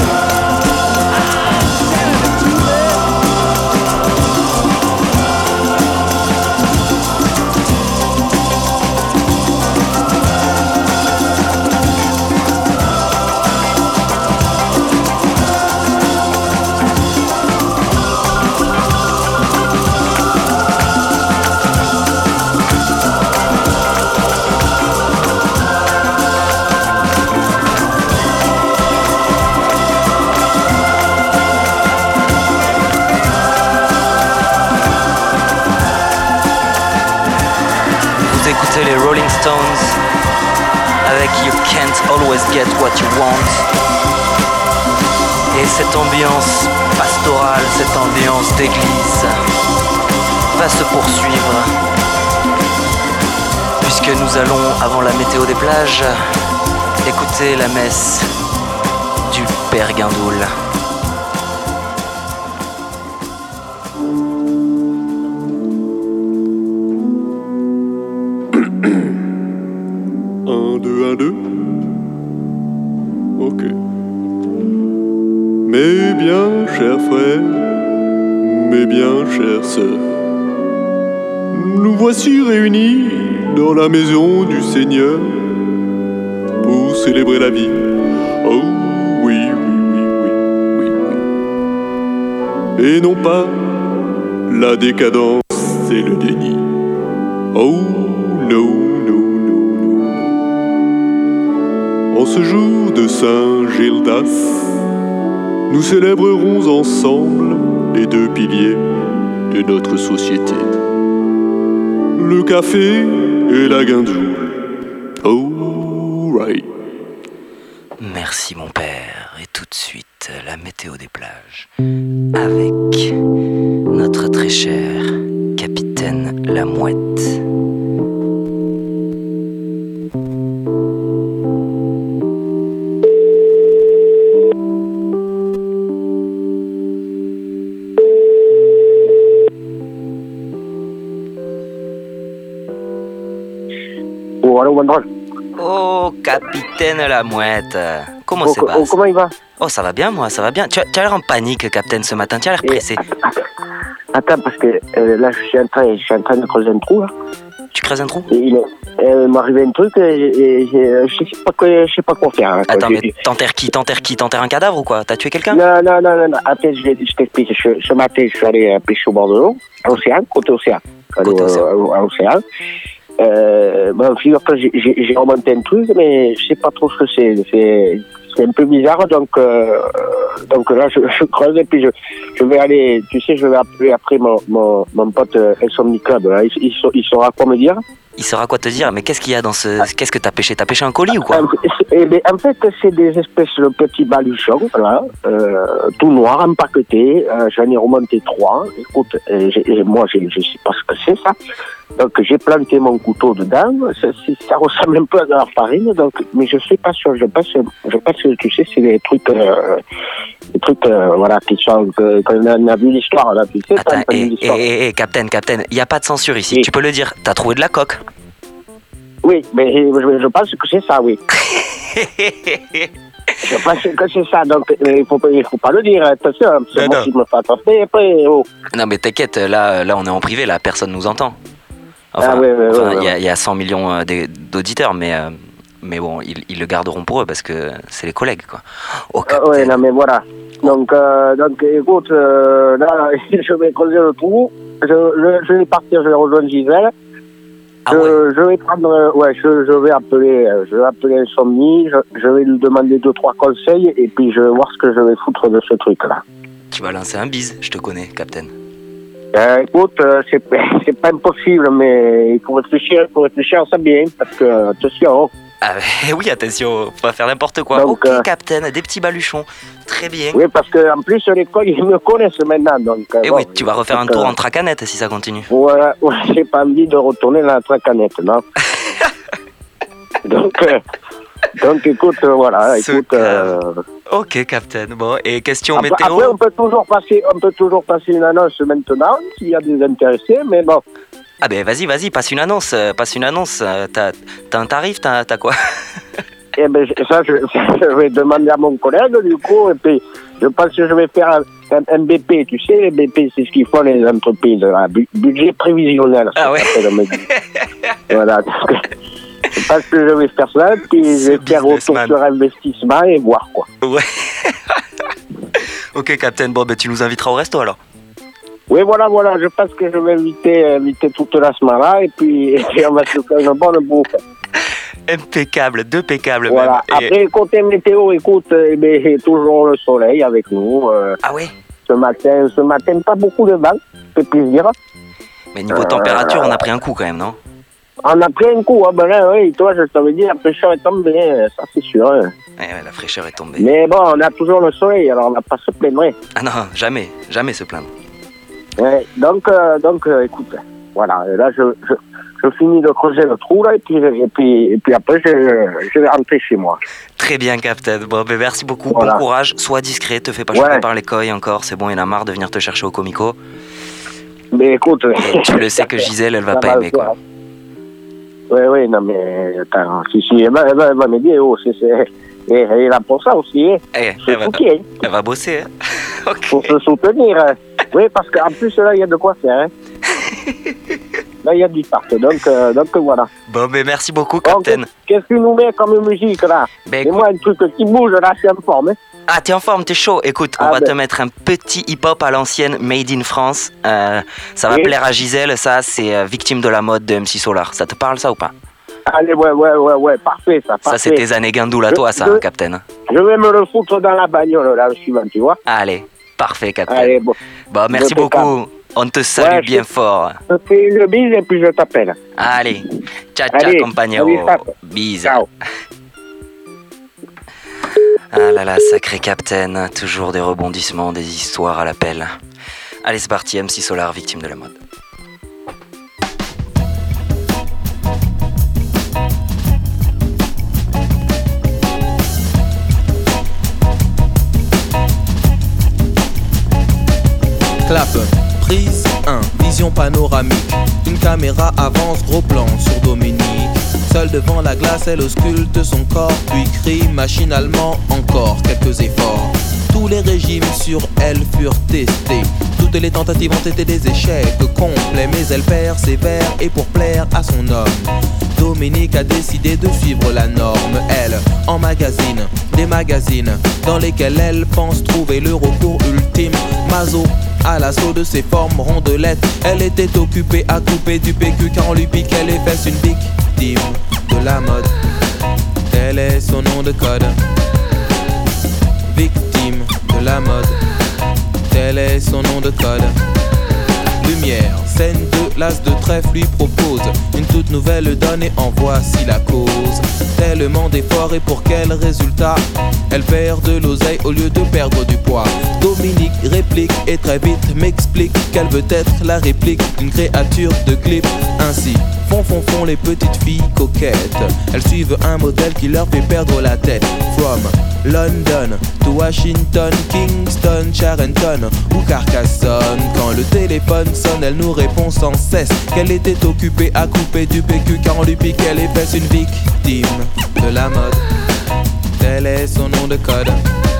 I'm telling the Vous écoutez les Rolling Stones avec You Can't Always Get What You Want. Et cette ambiance pastorale, cette ambiance d'église va se poursuivre puisque nous allons, avant la météo des plages, écouter la messe du Père Guindoul. Un, deux, un, deux. Mes bien chers frères, mes bien chères sœurs, nous voici réunis dans la maison du Seigneur pour célébrer la vie. Oh oui, oui, oui, oui, oui, oui. Et non pas la décadence et le déni. Oh no, no, no, no. En ce jour de Saint Gildas, nous célébrerons ensemble les deux piliers de notre société. Le café et la guindoule. Oh right. Merci mon père. Et tout de suite, la météo des plages. Avec notre très cher capitaine La Mouette. Oh, allô, Mandrol. Oh, capitaine La Mouette. Comment Oh, c'est co- oh, comment il va? Oh, ça va bien, moi, ça va bien. Tu as, tu as l'air en panique, capitaine, ce matin. Tu as l'air pressé. Attends, parce que euh, là, je suis, en train, je suis en train de creuser un trou, là. Tu creuses un trou? Et il, euh, il m'est arrivé un truc, et, et, et, je sais pas quoi, je sais pas quoi faire. Hein, quoi. Attends, J'ai- mais t'enterres qui? T'enterres qui? T'enterres un cadavre ou quoi? T'as tué quelqu'un? Non, non, non, non, non. Attends, je, vais- je t'explique. Je- ce matin, je suis allé euh, pêcher au bord de l'eau, à l'océan, côté océan. Allé Côté au- océan. au- à l'océan. Euh, bon, figure-toi, j'ai- j'ai j'ai remonté un truc, mais je sais pas trop ce que c'est. C'est c'est un peu bizarre, donc euh, donc là, je, je creuse et puis je, je vais aller, tu sais, je vais appeler après mon, mon, mon pote euh, Insomnie Club. Là. Il, il, sa- il saura quoi me dire. Il saura quoi te dire, mais qu'est-ce qu'il y a dans ce... Qu'est-ce que t'as pêché? T'as pêché un colis ou quoi? Eh bien, en fait, c'est des espèces de petits baluchons, là, euh, tout noir, empaquetés. Euh, J'en ai remonté trois. Écoute, euh, j'ai- et moi, je ne sais pas ce que c'est, ça. Donc, j'ai planté mon couteau dedans. Ça, c'est- ça ressemble un peu à de la farine, donc, mais je ne sais pas sûr. Je pense, je pense que, tu sais, c'est des trucs, euh, des trucs, euh, voilà, qui sont, que- qu'on a, on a vu l'histoire, là, tu sais. Attends, t'as entendu et, l'histoire. et, et, capitaine, capitaine, il n'y a pas de censure ici. Oui. Tu peux le dire. T'as trouvé de la coque. Oui, mais je, je pense que c'est ça, oui. Je pense que c'est ça, donc euh, il ne faut, pas- il faut pas le dire, attention, parce que Non, moi non. si je me fais attraper, après, oh. Non, mais t'inquiète, là, là, on est en privé, là, personne nous entend. Enfin, Ah, ouais, ouais, enfin, ouais, il y, a- ouais. il y a cent millions euh, d'é- d'auditeurs, mais, euh, mais bon, ils, ils le garderont pour eux parce que c'est les collègues, quoi. Oh, Ah, ouais, non mais voilà. Donc, euh, donc écoute, euh, là, je vais creuser le trou, je, je, je vais partir, je vais rejoindre Gisèle. Ah je, je vais prendre, euh, ouais, je, je vais appeler, euh, je vais appeler Insomnie, je, je vais lui demander deux, trois conseils, et puis je vais voir ce que je vais foutre de ce truc-là. Tu vas lancer un bise, je te connais, capitaine. Euh, écoute, euh, c'est c'est pas impossible, mais il faut réfléchir, il faut réfléchir à ça bien, parce que, attention, Ah, oui, attention, faut pas faire n'importe quoi. Donc, ok, euh, capitaine, des petits baluchons. Très bien. oui, parce qu'en plus, l'école, ils me connaissent maintenant, donc... euh, Et bon, oui, tu vas refaire un donc, tour euh, en tracanette si ça continue. Voilà, ouais, j'ai pas envie de retourner dans la tracanette, non. donc, euh, donc, écoute, euh, voilà, Ce écoute... euh, Ok, capitaine. Bon, et question après, météo? après, on peut toujours passer, on peut toujours passer une annonce maintenant, s'il y a des intéressés, mais bon... Ah ben vas-y, vas-y, passe une annonce, euh, passe une annonce. euh, T'as t'as un tarif, t'as t'as quoi? Eh ben, ça, je, je vais demander à mon collègue, du coup, et puis, je pense que je vais faire un, un, un B P, tu sais, les B P, c'est ce qu'ils font les entreprises, là, bu- budget prévisionnel, ça Ah ouais. s'appelle, on me dit. Voilà, donc, je pense que je vais faire ça, puis je vais faire retour businessman. sur investissement et voir, quoi. Ouais. Ok, capitaine, bon, ben tu nous inviteras au resto alors. Oui, voilà, voilà, je pense que je vais inviter, inviter toute la semaine là, et puis, et puis on va se faire une bonne bouffe. Impeccable, d'impeccable Voilà. même. Et- Après, côté météo, écoute, eh ben, j'ai toujours le soleil avec nous. euh, Ah oui? Ce matin, ce matin, pas beaucoup de vent, ça fait plaisir. Mais niveau température, on a pris un coup quand même, non? On a pris un coup, hein, ben là, oui, toi, je t'avais dit, la pression est tombée, hein, ça c'est sûr. hein. Ouais, ouais, la fraîcheur est tombée. Mais bon, on a toujours le soleil, alors on va pas se plaindre. hein. Ah non, jamais, jamais se plaindre. Ouais, donc, euh, donc euh, écoute, voilà, et là, je, je, je finis de creuser le trou, là, et puis, et puis, et puis après, je, je vais rentrer chez moi. Très bien, capitaine. Bon, ben merci beaucoup, Voilà. bon courage, sois discret, te fais pas Ouais. choper par les couilles encore, c'est bon, il en a marre de venir te chercher au comico. Mais écoute... Et tu le sais que Gisèle, elle va ça pas va aimer, le quoi. faire. Oui, oui, non, mais attends, si, si, elle va, elle va, elle va me dire, oh, c'est, c'est, Et elle est là pour ça aussi, hein. Eh, Se elle, va, soutient. elle va bosser, hein. Ok. Pour se soutenir. hein. Oui, parce qu'en plus, là, il y a de quoi faire. Hein. Là, il y a du tarte, donc, euh, donc voilà. Bon, mais merci beaucoup, Bon, Captain. qu'est-ce que tu nous mets comme musique, là? Ben, Et moi, un truc qui bouge, là, je suis en forme. Hein. Ah, t'es en forme, t'es chaud. Écoute, on Ah va ben. te mettre un petit hip-hop à l'ancienne, made in France. Euh, ça va Oui. plaire à Gisèle. Ça, c'est euh, Victime de la mode de M C Solar. Ça te parle, ça, ou pas? Allez, ouais, ouais, ouais, ouais, parfait, ça, parfait. Ça, c'est tes années guindoul à Je- toi, ça, je- hein, Captain. Je vais me le foutre dans la bagnole, là, le suivant, tu vois? Allez, parfait, Captain. Allez, bon. Bon, merci Impeccable. beaucoup. On te salue Ouais, bien je- fort. Je te fais une bise et puis je t'appelle. Allez, ciao, ciao, Allez, compagnon. salut, Fab. Bise. Ciao. Ah là là, sacré Captain. Toujours des rebondissements, des histoires à l'appel. Allez, c'est parti, M C Solar, Victime de la mode. Clap, prise un, vision panoramique. Une caméra avance, gros plan sur Dominique. Seule devant la glace, elle ausculte son corps, puis crie machinalement encore quelques efforts. Tous les régimes sur elle furent testés. Toutes les tentatives ont été des échecs complets, mais elle persévère et pour plaire à son homme, Dominique a décidé de suivre la norme. Elle emmagasine des magazines dans lesquels elle pense trouver le recours ultime. Mazo à l'assaut de ses formes rondelettes, elle était occupée à couper du P Q car on lui piquait les fesses. Une victime de la mode, tel est son nom de code. Victime de la mode, tel est son nom de code. Lumière, scène de l'as de trèfle lui propose une toute nouvelle donne et en voici la cause. Tellement d'efforts et pour quel résultat? Elle perd de l'oseille au lieu de perdre du poids. Dominique réplique et très vite m'explique qu'elle veut être la réplique d'une créature de clip. Ainsi font font font les petites filles coquettes. Elles suivent un modèle qui leur fait perdre la tête. From London to Washington, Kingston, Charenton ou Carcassonne. Quand le téléphone sonne, elle nous répond sans cesse qu'elle était occupée à couper du P Q car on lui piquait les fesses. Une victime de la mode, tel est son nom de code.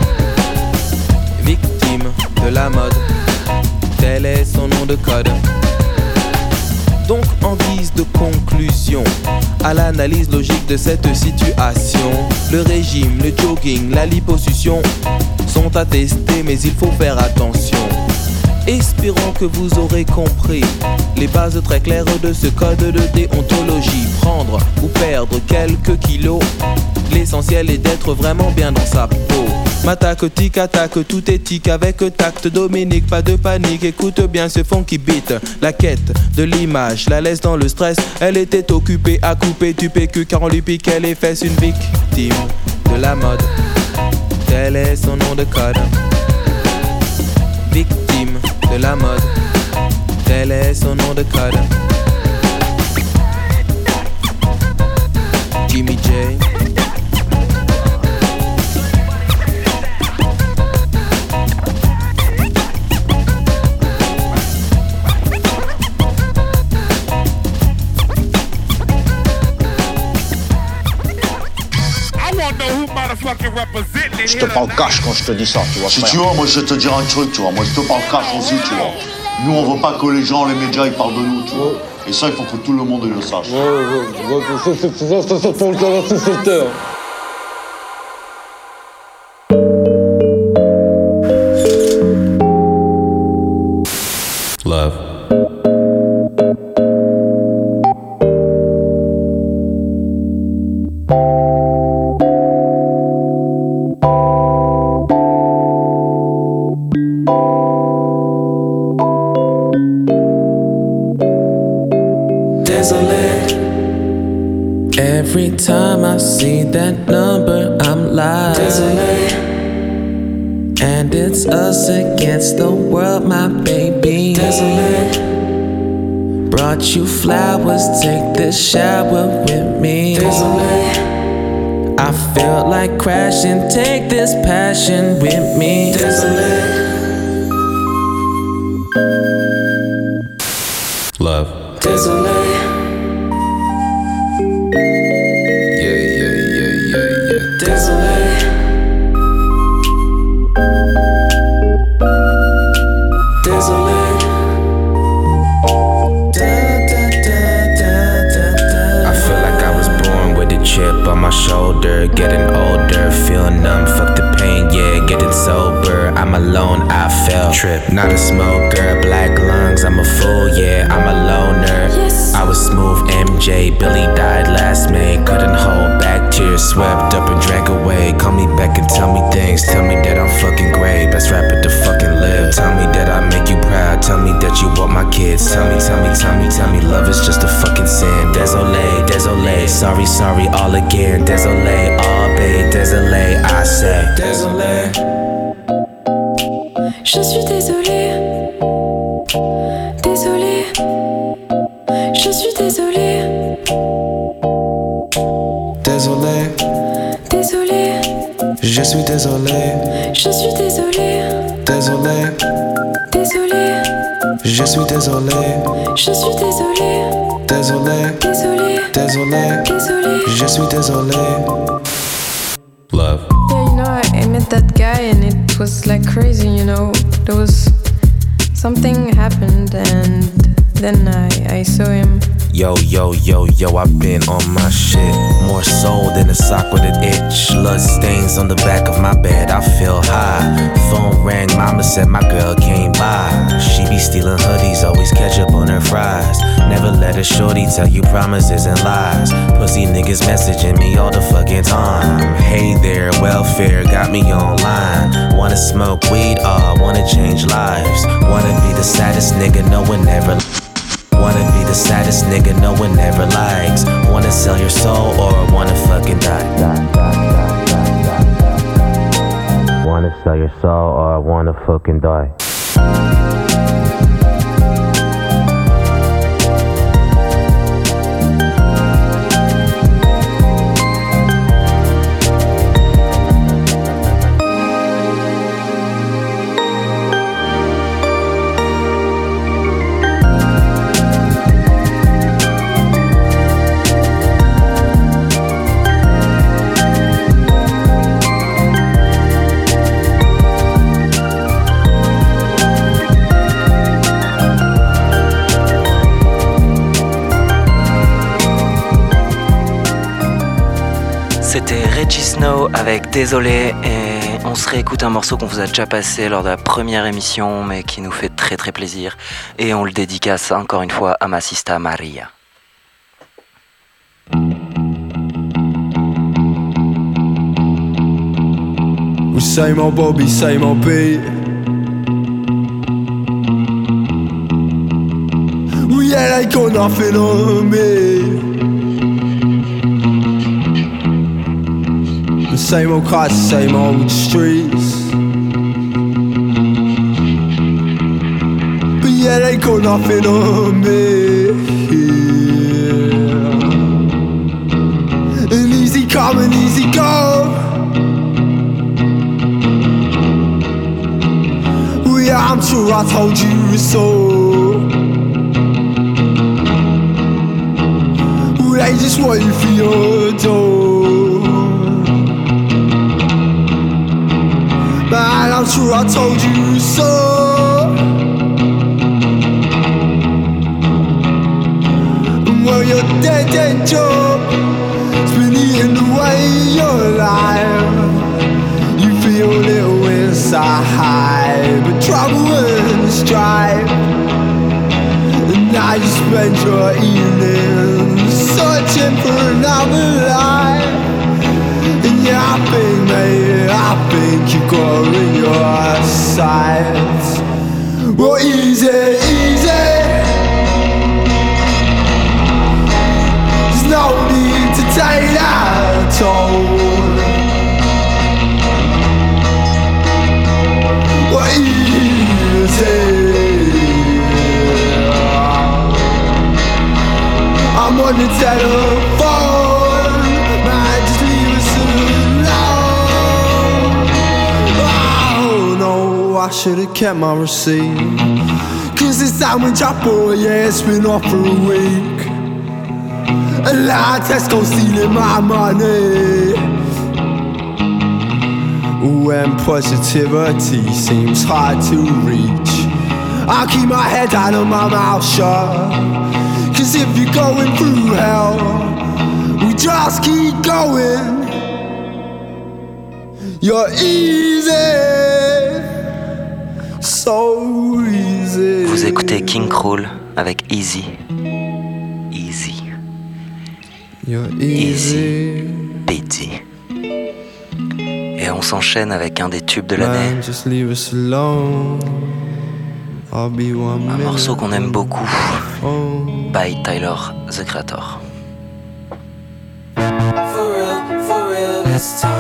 Victime de la mode, tel est son nom de code. Donc en guise de conclusion à l'analyse logique de cette situation, le régime, le jogging, la liposuction sont à tester, mais il faut faire attention. Espérons que vous aurez compris les bases très claires de ce code de déontologie. Prendre ou perdre quelques kilos, l'essentiel est d'être vraiment bien dans sa peau. M'attaque, tic, attaque, tout est tic avec tact. Dominique, pas de panique, écoute bien ce funky beat. La quête de l'image la laisse dans le stress. Elle était occupée à couper du P Q car on lui piquait les fesses. Une victime de la mode, tel est son nom de code. Victime de la mode, tel est son nom de code. Jimmy J. Je te parle cash quand je te dis ça, tu vois. Si frère. tu vois, moi je vais te dire un truc, tu vois. Moi je te parle cash aussi, tu vois. Nous on veut pas que les gens, les médias, ils parlent de nous, tu vois. Et ça, il faut que tout le monde le sache. Ouais, ouais, ouais. Ça, ça, ça, pour le canard sous filter. Love. Every time I see that number, I'm live. And it's us against the world, my baby. Brought you flowers, take this shower with me. I feel like crashing, take this passion with me. Love. Yeah, yeah, yeah, yeah, yeah. I felt trip. Not a smoker, black lungs, I'm a fool, yeah, I'm a loner. Yes. I was smooth M J, Billy died last May. Couldn't hold back tears, swept up and drank away. Call me back and tell me things, tell me that I'm fucking great. Best rapper to fucking live. Tell me that I make you proud, tell me that you want my kids. Tell me, tell me, tell me, tell me love is just a fucking sin. Désolé, désolé, sorry, sorry, all again. Désolé, all babe, désolé, I say. Désolé. Je suis désolée, désolée, je suis désolée, désolé, désolée, je suis désolé, je suis désolée, désolé, désolée, je suis désolé, je suis désolée, désolé, désolée, désolé, désolée, je suis désolé. Love. Yeah, you know, I, I met that guy and it was like crazy, you know. There was something happened and then I, I saw him. Yo, yo, yo, yo, I've been on my shit. More soul than a sock with an itch. Blood stains on the back of my bed, I feel high. Phone rang, mama said my girl came by. She be stealing hoodies, always ketchup on her fries. Never let a shorty tell you promises and lies. Pussy niggas messaging me all the fucking time. Hey there, welfare got me online. Wanna smoke weed, oh, wanna change lives. Wanna be the saddest nigga no one ever. Wanna be the saddest nigga no one ever likes. Wanna sell your soul or wanna fucking die. Wanna sell your soul or wanna fucking die. C'était Reggie Snow avec Désolé et on se réécoute un morceau qu'on vous a déjà passé lors de la première émission mais qui nous fait très très plaisir et on le dédicace encore une fois à ma sista Maria. We same old Bobby, same old beat. We ain't got nothing on me. The same old cars, same old streets. But yeah, they got nothing on me. Yeah. And easy come and easy go. Well, yeah, I'm sure I told you so. Well, they just want you for your door. Man, I'm sure I told you so. Well, your dead end job has been eating away your life. You feel a little inside, but trouble and strife. And now you spend your evenings searching for another life. And yeah, I think, mate, I think you got in your sights. Well, easy, easy. There's no need to take that toll. Well, easy. I'm on the telephone. Man, just leave us alone. Oh no, I should've kept my receipt. Cause this time when drop boy, yeah, it's been off for a week. A lie Tesco stealing my money. When positivity seems hard to reach, I keep my head down and my mouth shut. Cause if you're going through hell, we just keep going. You're easy. écoutez King Krul avec Easy. Easy. Easy. Peasy. Et on s'enchaîne avec un des tubes de l'année. Un morceau qu'on aime beaucoup. By Tyler, The Creator. For real, for real, this time.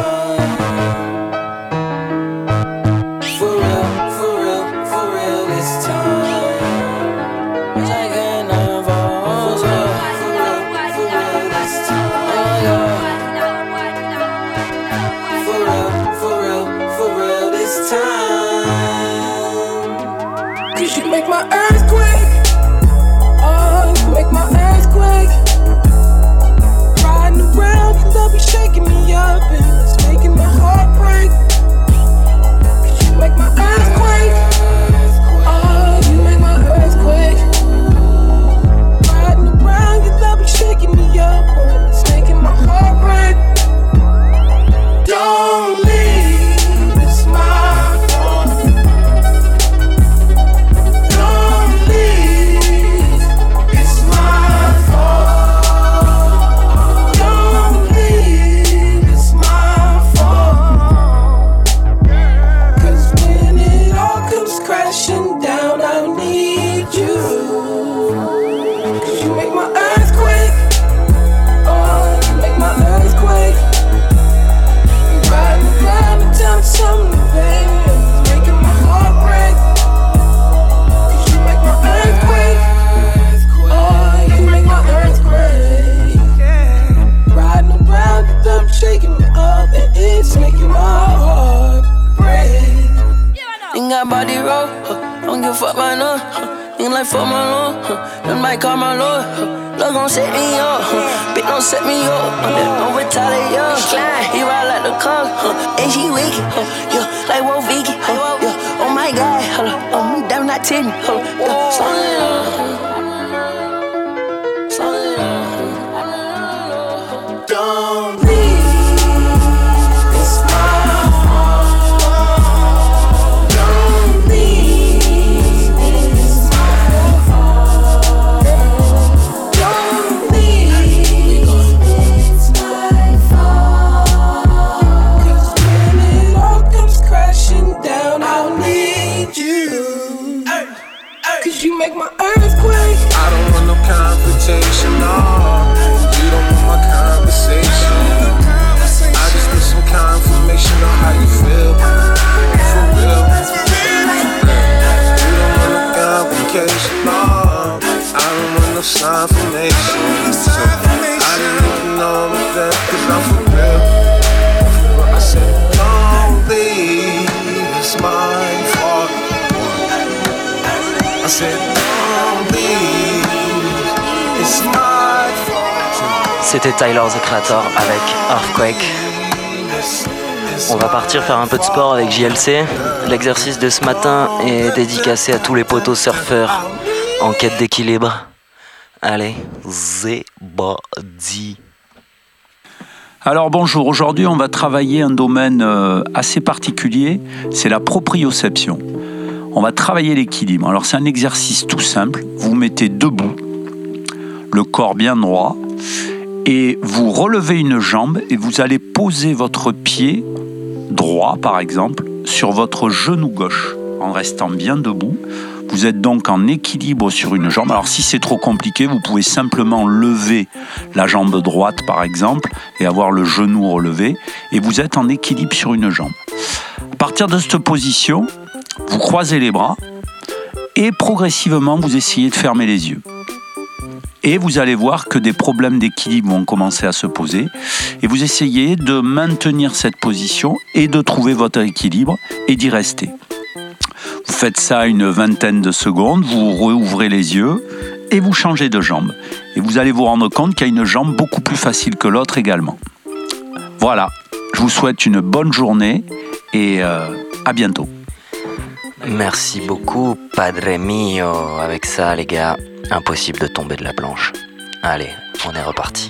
C'était Tyler, The Creator avec Earthquake. On va partir faire un peu de sport avec J L C. L'exercice de ce matin est dédicacé à tous les potos surfeurs en quête d'équilibre. Allez, Z-Body. Alors bonjour, aujourd'hui on va travailler un domaine assez particulier, c'est la proprioception. On va travailler l'équilibre. Alors c'est un exercice tout simple, vous vous mettez debout, le corps bien droit, et vous relevez une jambe et vous allez poser votre pied droit, par exemple, sur votre genou gauche, en restant bien debout. Vous êtes donc en équilibre sur une jambe. Alors si c'est trop compliqué, vous pouvez simplement lever la jambe droite, par exemple, et avoir le genou relevé, et vous êtes en équilibre sur une jambe. À partir de cette position, vous croisez les bras, et progressivement, vous essayez de fermer les yeux. Et vous allez voir que des problèmes d'équilibre vont commencer à se poser. Et vous essayez de maintenir cette position et de trouver votre équilibre et d'y rester. Vous faites ça une vingtaine de secondes, vous rouvrez les yeux et vous changez de jambe. Et vous allez vous rendre compte qu'il y a une jambe beaucoup plus facile que l'autre également. Voilà, je vous souhaite une bonne journée et euh, à bientôt. Merci beaucoup, Padre Mio. Avec ça, les gars, impossible de tomber de la planche. Allez, on est reparti.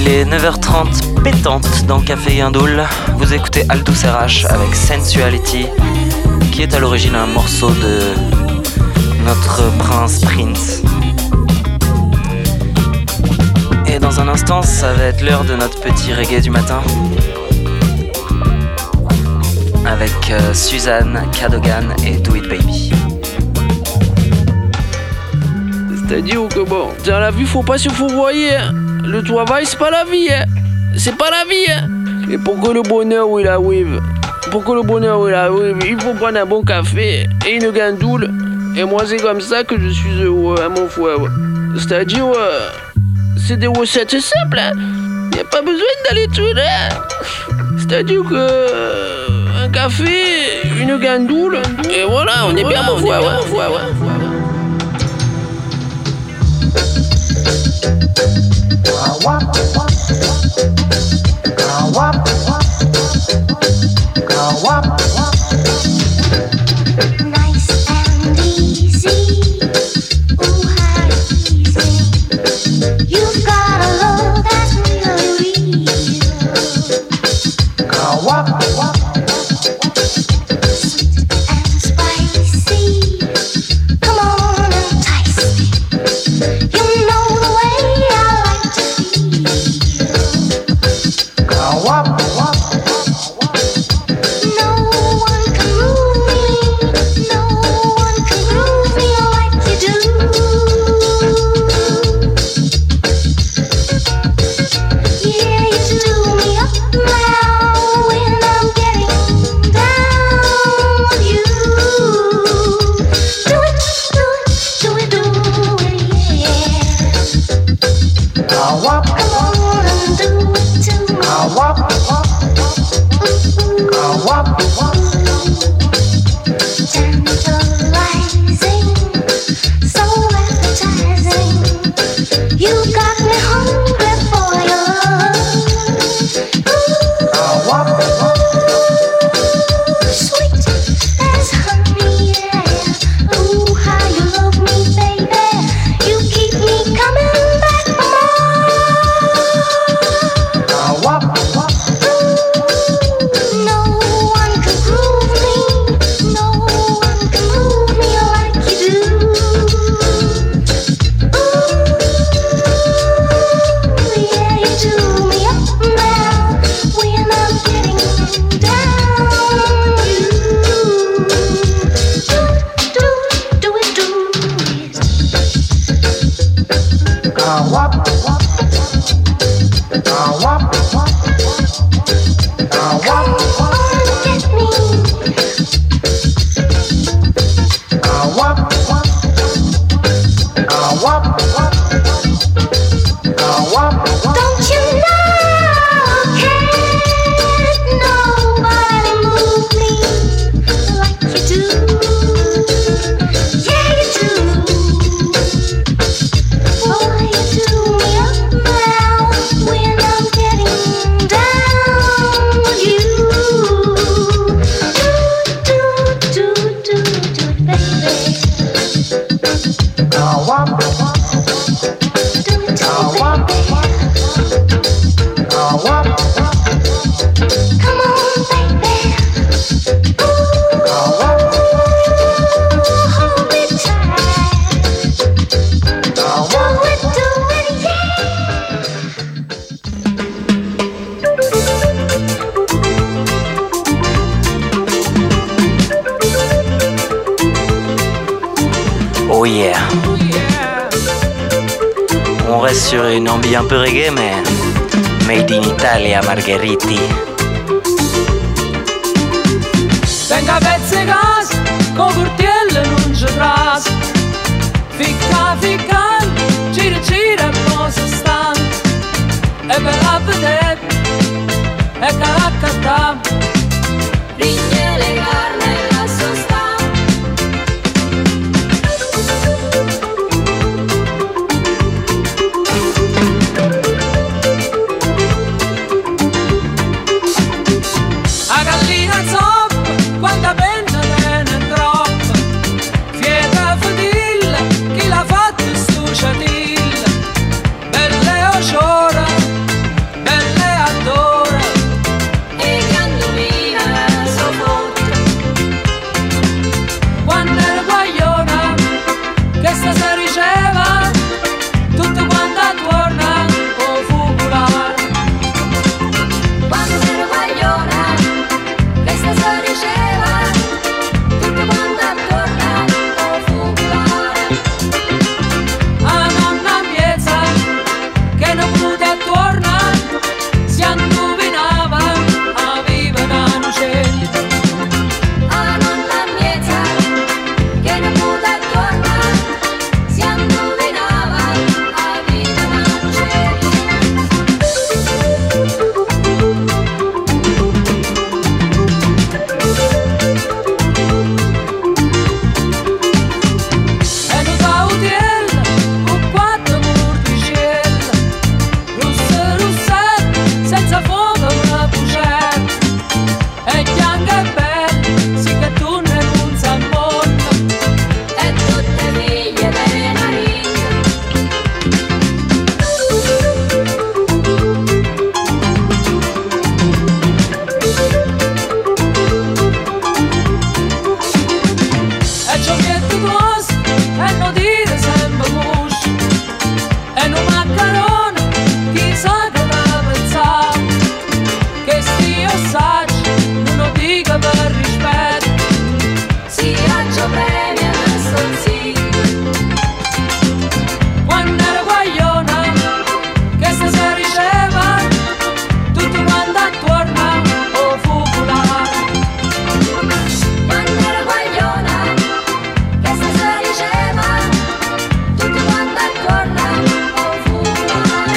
Il est neuf heures trente pétante dans Café Yindoul. Vous écoutez Aldous R H avec Sensuality, qui est à l'origine un morceau de notre prince Prince. Et dans un instant, ça va être l'heure de notre petit reggae du matin. Avec euh, Suzanne, Cadogan et Do It Baby. C'est-à-dire que bon, dans la vie, faut pas se fourvoyer. Hein. Le travail, c'est pas la vie. Hein. C'est pas la vie. Hein. Et pour que le bonheur, il arrive, pour que le bonheur, il arrive, il faut prendre un bon café et une gandoule. Et moi, c'est comme ça que je suis heureux, hein, mon frère. C'est-à-dire, euh, c'est des recettes simples. Hein. Y a pas besoin d'aller tout là. C'est-à-dire que euh, un café, une gandoule, et voilà, on est bien, mon frère. Ouais, ouais, ouais. Nice and easy, ooh, how easy. You've got a love that's really real. Sweet and spicy, come on and entice me. You know the way I like to Oh yeah. On reste sur une ambiance un peu reggae, mais made in Italia, Margheriti. Venga a pezzegas, con curtielle non ci tras. Ficca, ficca, gira, gira, cosa sta. E bella a vedere, e caraccata. Rigne le carne e la sosta. A gallina zoppa, quanta penna viene troppa. Fieta fedilla, chi l'ha fatto sto ciatilla. Belle ociora, diceva tutto quanto attorno o focolare. Quando ero guagliona, questa si diceva tutto quanto attorno o focolare. A nonna miezza che non pude attorno si indovinava a viva una luce. A nonna miezza che non pude attorno si indovinava a viva una luce. E non fa utiel con quattro mordicelle, russe russette senza foto una bucetta. E bianca e bella, sì che tu ne punza al mondo. E tutte figlie delle narine. E ciocchetti così, e non dire sempre musci. E non maccarone, chissà che va pensare. Che stia assaggi, non lo dica per rispetto. Si faccio premio a stolzi. Quando ero guagliona, che se si riceva tutto quanto attorno o focolare. Quando ero guagliona, che se si diceva tutto quanto attorno o focolare.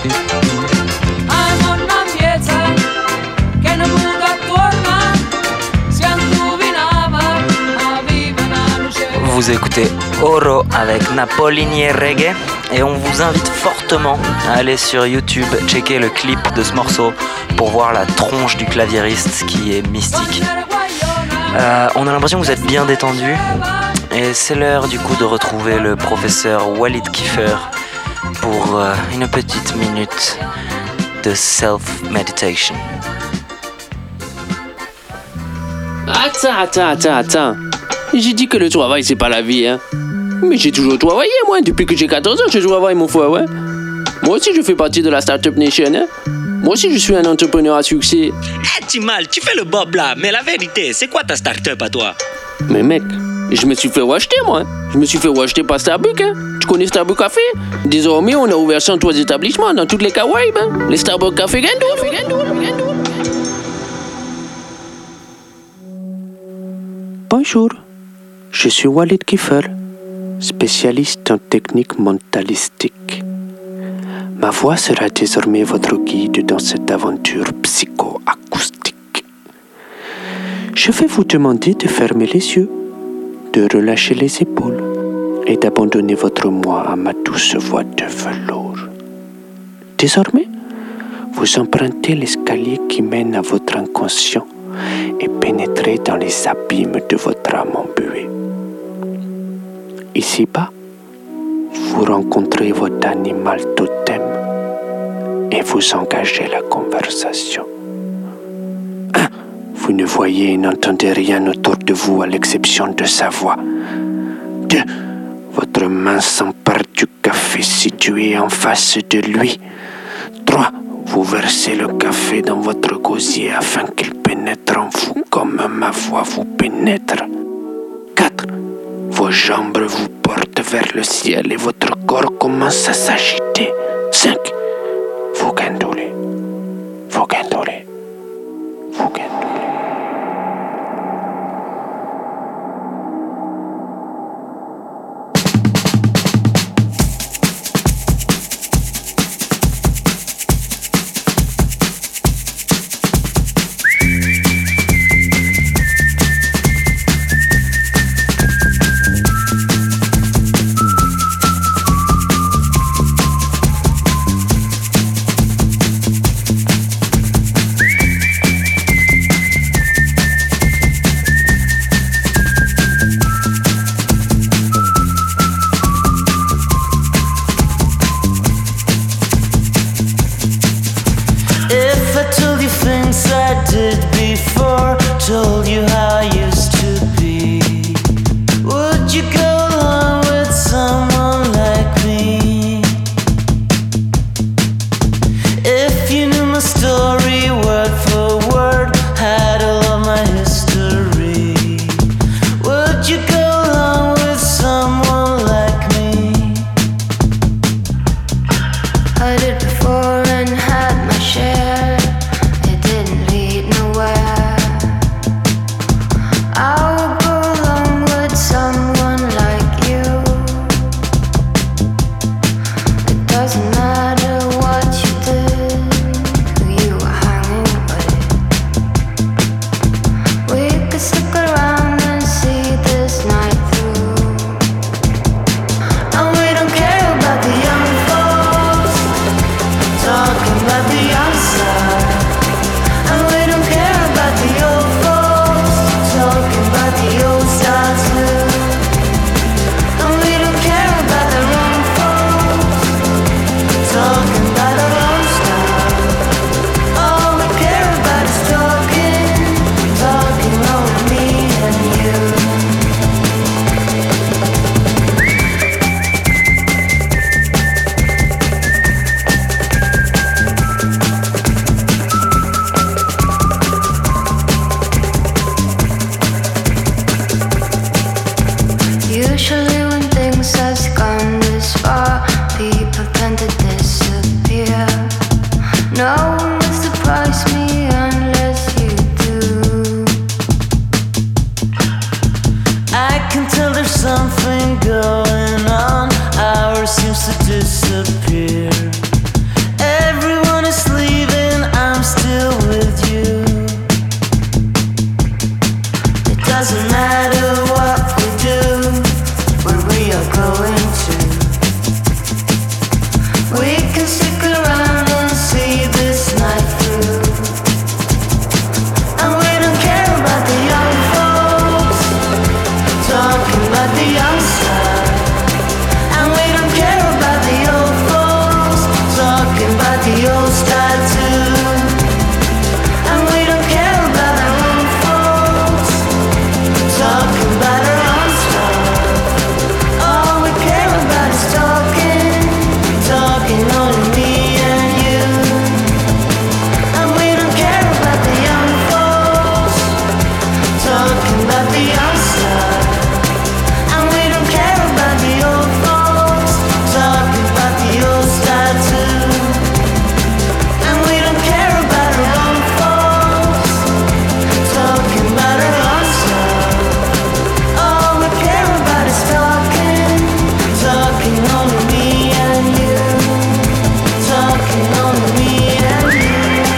A nonna miezza che non pude attorno si indovinava a viva una luce. Vous écoutez Oro avec Napolini et Reggae et on vous invite fortement à aller sur YouTube checker le clip de ce morceau pour voir la tronche du claviériste qui est mystique. Euh, on a l'impression que vous êtes bien détendu et c'est l'heure du coup de retrouver le professeur Walid Kiefer pour euh, une petite minute de self-meditation. Attends, attends, attends, attends. J'ai dit que le travail, c'est pas la vie, hein. Mais j'ai toujours travaillé, moi. Depuis que j'ai quatorze ans, je travaille, mon frère, ouais. Moi aussi, je fais partie de la Startup Nation, hein. Moi aussi, je suis un entrepreneur à succès. Eh, Timal, tu fais le bob là, mais la vérité, c'est quoi ta start-up à toi? Mais mec, je me suis fait racheter, moi. Je me suis fait racheter par Starbucks, hein. Tu connais Starbucks Café? Désormais, on a ouvert cent trois établissements dans toutes les Caraïbes, hein. Les Starbucks Café Gandoul, Gandoul, Gandoul. Bonjour, je suis Walid Kiefer, spécialiste en technique mentalistique. Ma voix sera désormais votre guide dans cette aventure psycho-acoustique. Je vais vous demander de fermer les yeux, de relâcher les épaules et d'abandonner votre moi à ma douce voix de velours. Désormais, vous empruntez l'escalier qui mène à votre inconscient et pénétrez dans les abîmes de votre âme embuée. Ici-bas, vous rencontrez votre animal totem et vous engagez la conversation. un. Vous ne voyez et n'entendez rien autour de vous à l'exception de sa voix. deux. Votre main s'empare du café situé en face de lui. trois. Vous versez le café dans votre gosier afin qu'il pénètre en vous comme ma voix vous pénètre. quatre. Vos jambes vous portent vers le ciel et votre corps commence à s'agiter. cinq. Vous gandolez. Vous gandolez. Vous gandolez. told you how I used to be, would you go along with someone Talking only me and you. Talking only me and you.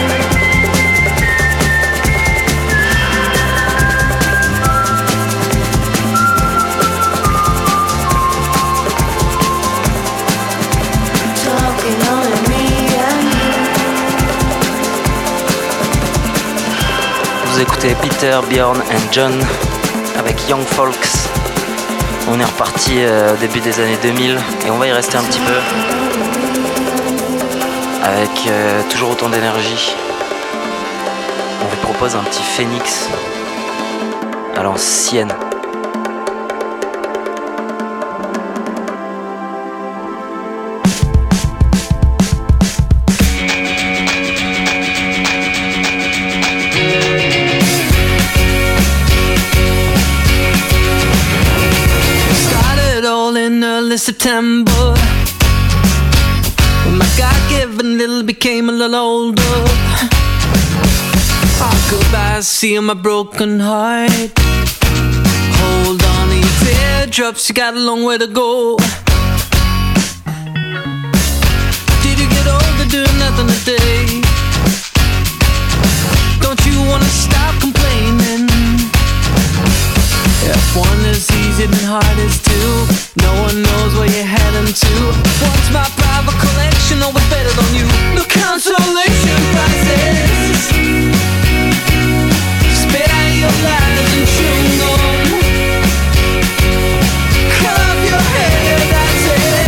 Talking only me and you. Vous écoutez Peter, Bjorn and John avec Young Folks. On est reparti euh, au début des années deux mille et on va y rester un petit peu avec euh, toujours autant d'énergie. On vous propose un petit Phoenix à l'ancienne. September, when my God-given little became a little older. I goodbye, see my broken heart. Hold on to your teardrops, you got a long way to go. Did you get older doing nothing today? Don't you wanna stop complaining? If one is easy, then hard is two. No one knows where you're heading to. What's my private collection? Always better than you. No consolation prizes. Spit out your lies and chew them. Cut off your hair, that's it.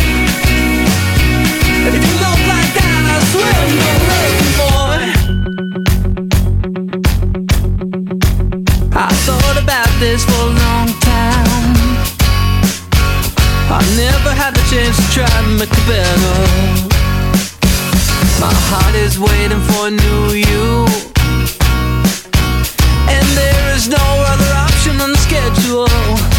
If you look like that, I swear I'm gonna love you more. I thought about this for a long time. I never had the chance to try to make it better. My heart is waiting for a new you, and there is no other option on the schedule.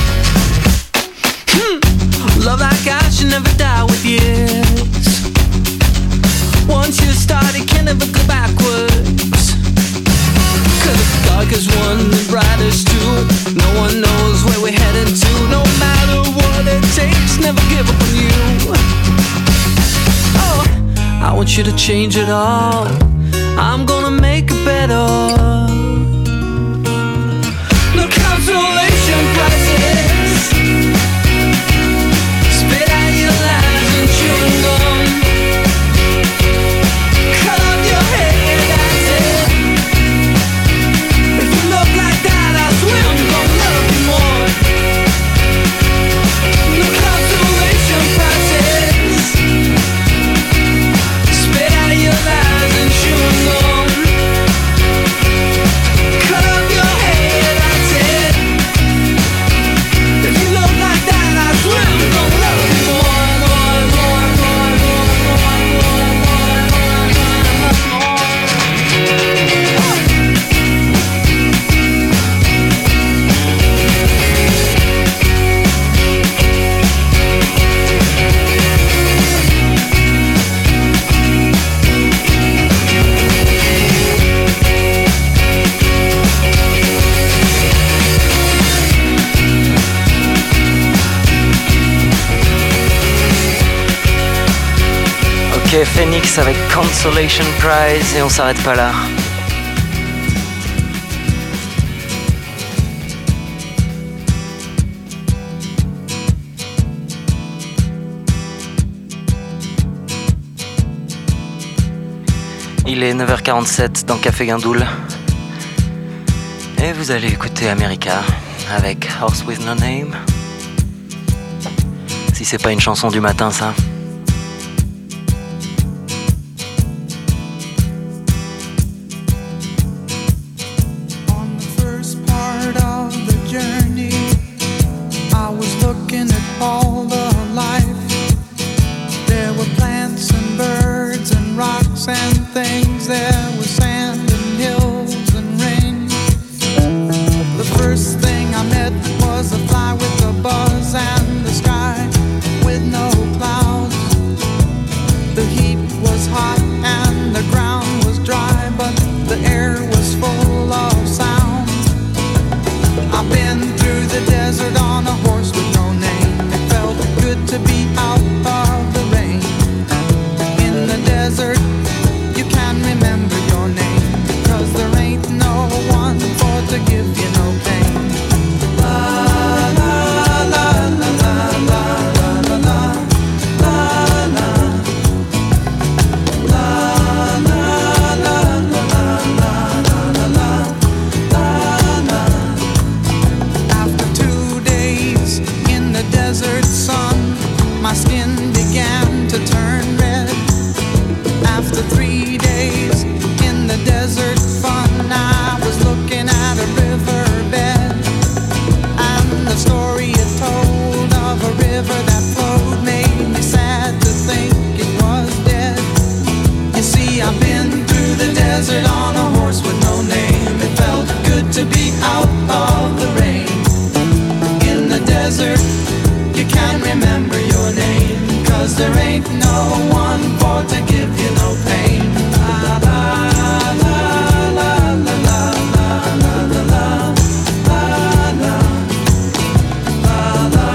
Hmm. Love like I should never die with years. Once you start, it can never go backwards. Cause the dark is one, the bright is two. No one knows where we're headed to. No matter what it takes, never give up on you. Oh, I want you to change it all. I'm gonna make it better. No consolation prizes. Spit out your lies and chew them. Cut off your hair, that's it. If you look like that, I swear I'm gonna love you more. No consolation prizes. Spit out your lies and chew them. Cut off your hair, that's it. If you look like that, I swear I'm gonna love you more, more, more, more, more, more, more, more, more, more, more. Ok, Phoenix avec Consolation Prize et on s'arrête pas là. Il est neuf heures quarante-sept dans Café Guindoul. Et vous allez écouter America avec Horse with No Name. Si c'est pas une chanson du matin, ça. Was a fly with a buzz and the sky with no clouds. there ain't no one for to give you no pain. La la la la la la la la la la la la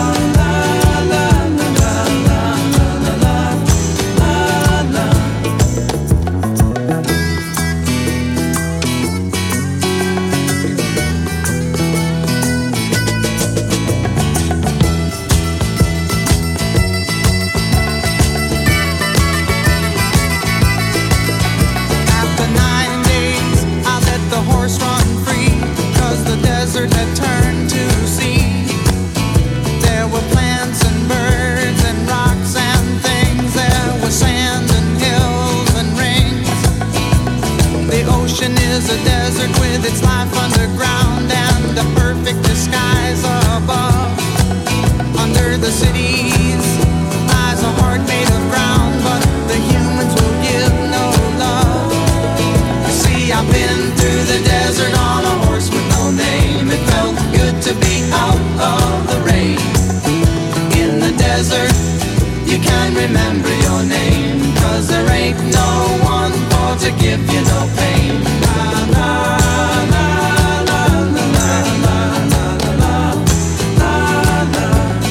had turned to sea. There were plants and birds and rocks and things. There was sand and hills and rings. The ocean is a desert with its life underground and a perfect disguise above. Under the cities lies a heart made of ground, but the humans will give no love. You see, I've been through the desert on a horse with no name. It felt good to be out of the rain. In the desert, you can't remember your name, 'cause there ain't no one for to give you no pain. La, la, la, la, la, la, la, la, la, la, la,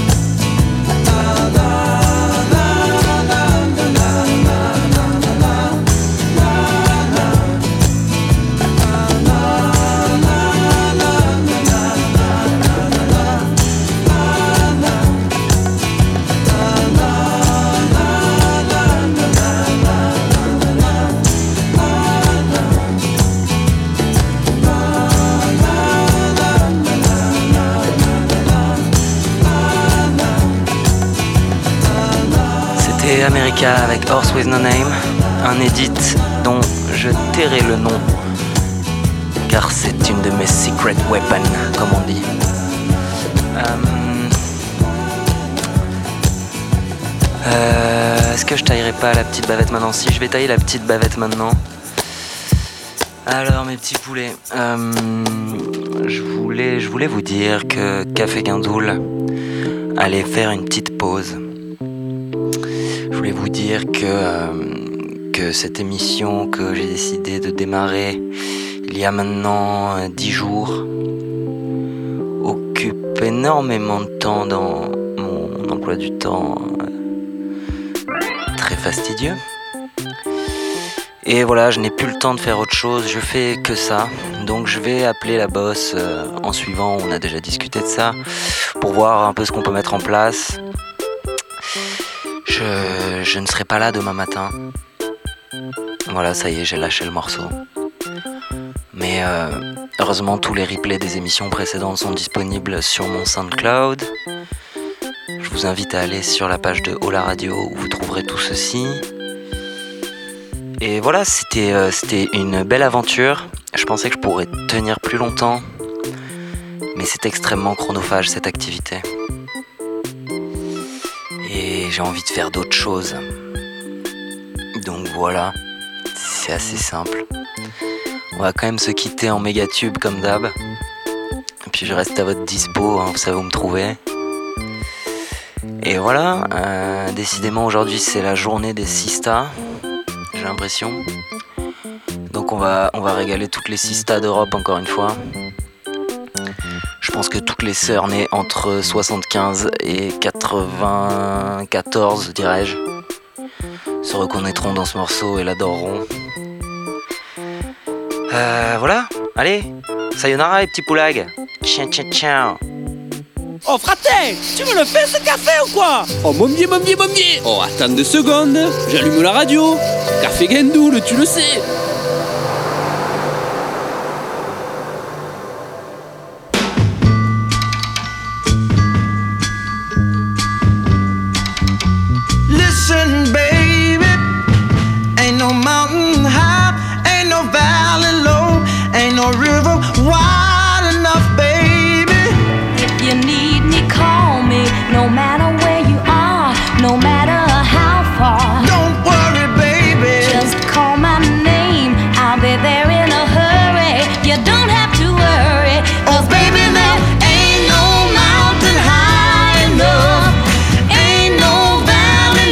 America avec Horse with No Name, un edit dont je tairai le nom car c'est une de mes secret weapons, comme on dit. Euh... Euh... Est-ce que je taillerai pas la petite bavette maintenant? Si, je vais tailler la petite bavette maintenant. Alors mes petits poulets, euh... je voulais, je voulais vous dire que Café Guindoul allait faire une petite pause. Je voulais vous dire que, euh, que cette émission que j'ai décidé de démarrer il y a maintenant dix jours occupe énormément de temps dans mon emploi du temps euh, très fastidieux. Et voilà, je n'ai plus le temps de faire autre chose, je fais que ça. Donc je vais appeler la boss euh, en suivant, on a déjà discuté de ça, pour voir un peu ce qu'on peut mettre en place. Je, je ne serai pas là demain matin. Voilà, ça y est, j'ai lâché le morceau. Mais euh, heureusement, tous les replays des émissions précédentes sont disponibles sur mon SoundCloud. Je vous invite à aller sur la page de Hola Radio où vous trouverez tout ceci. Et voilà, c'était, euh, c'était une belle aventure. Je pensais que je pourrais tenir plus longtemps. Mais c'est extrêmement chronophage cette activité. Et j'ai envie de faire d'autres choses. Donc voilà, c'est assez simple. On va quand même se quitter en méga tube comme d'hab. Et puis je reste à votre dispo, hein, vous savez où me trouver. Et voilà, euh, décidément aujourd'hui c'est la journée des sistas, j'ai l'impression. Donc on va, on va régaler toutes les sistas d'Europe encore une fois. Je pense que toutes les sœurs nées entre soixante-quinze et quatre-vingt-quatorze, dirais-je, se reconnaîtront dans ce morceau et l'adoreront. Euh, voilà, allez, sayonara les petits poulags. Ciao, ciao, ciao. Oh fraté, tu me le fais ce café ou quoi? Oh mon dieu, mon dieu, mon dieu. Oh attends deux secondes, j'allume la radio. Café Guindoul, tu le sais. Listen, baby, ain't no mountain high, ain't no valley low, ain't no river wide enough, baby. If you need me, call me, no matter where you are, no matter how far. Don't worry, baby, just call my name, I'll be there in a hurry. You don't have to worry, 'cause baby, there ain't no mountain high enough, ain't no valley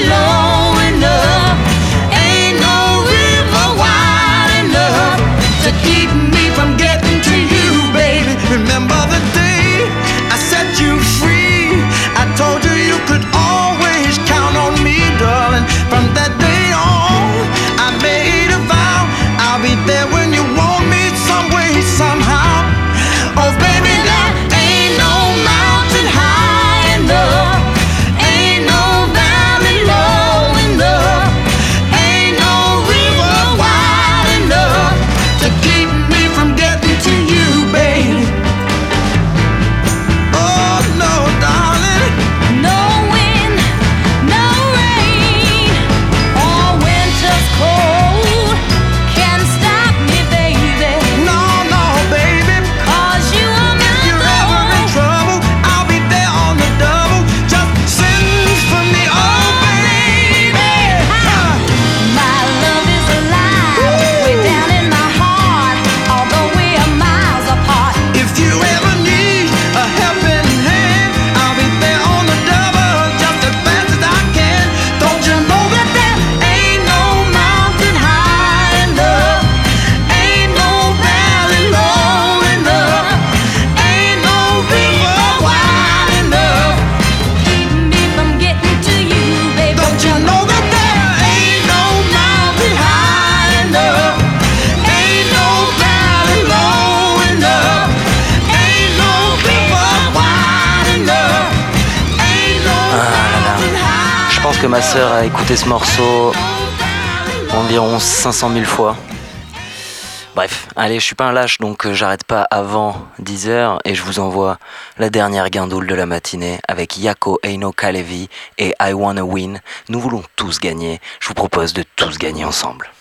pense que ma sœur a écouté ce morceau environ cinq cent mille fois. Bref, allez, je suis pas un lâche, donc euh, j'arrête pas avant dix heures et je vous envoie la dernière guindoule de la matinée avec Yako Eino Kalevi et I Wanna Win. Nous voulons tous gagner. Je vous propose de tous gagner ensemble.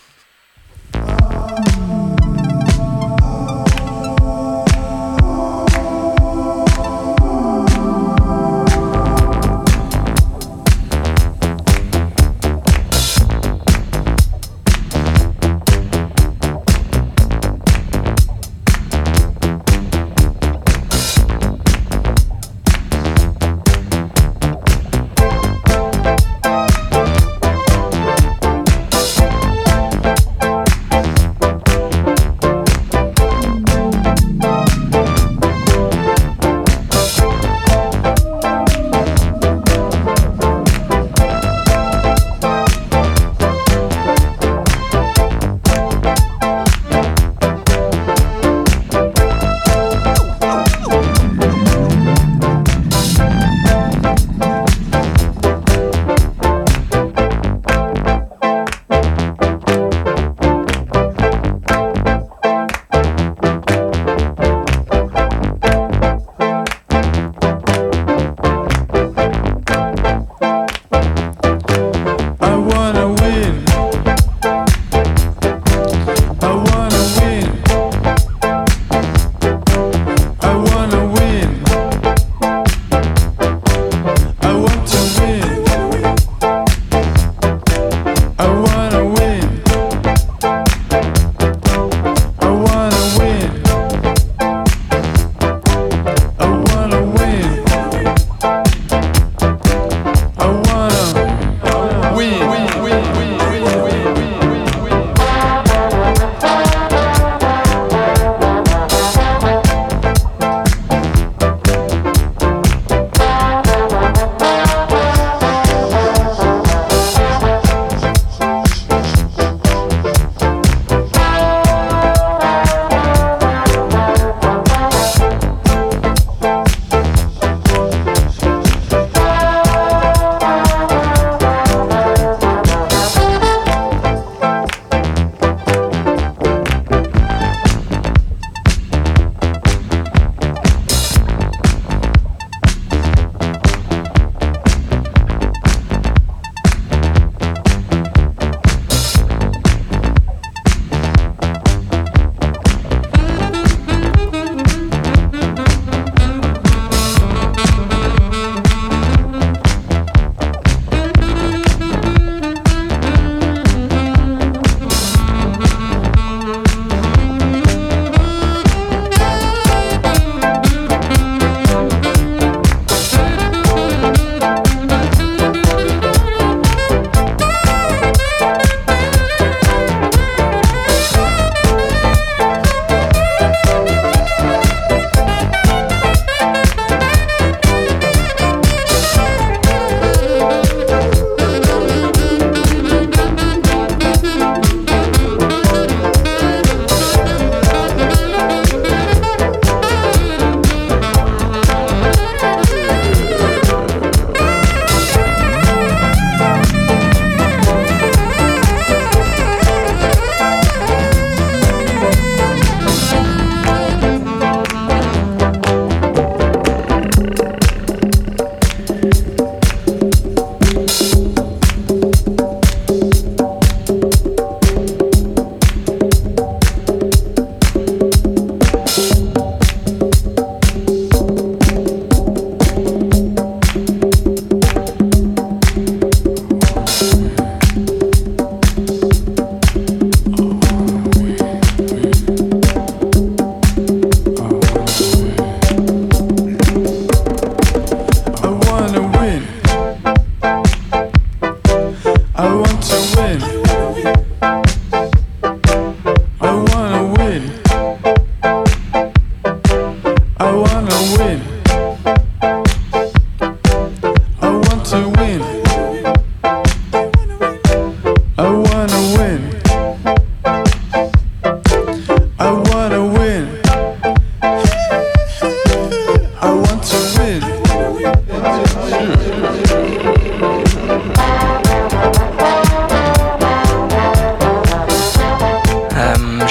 I want to win.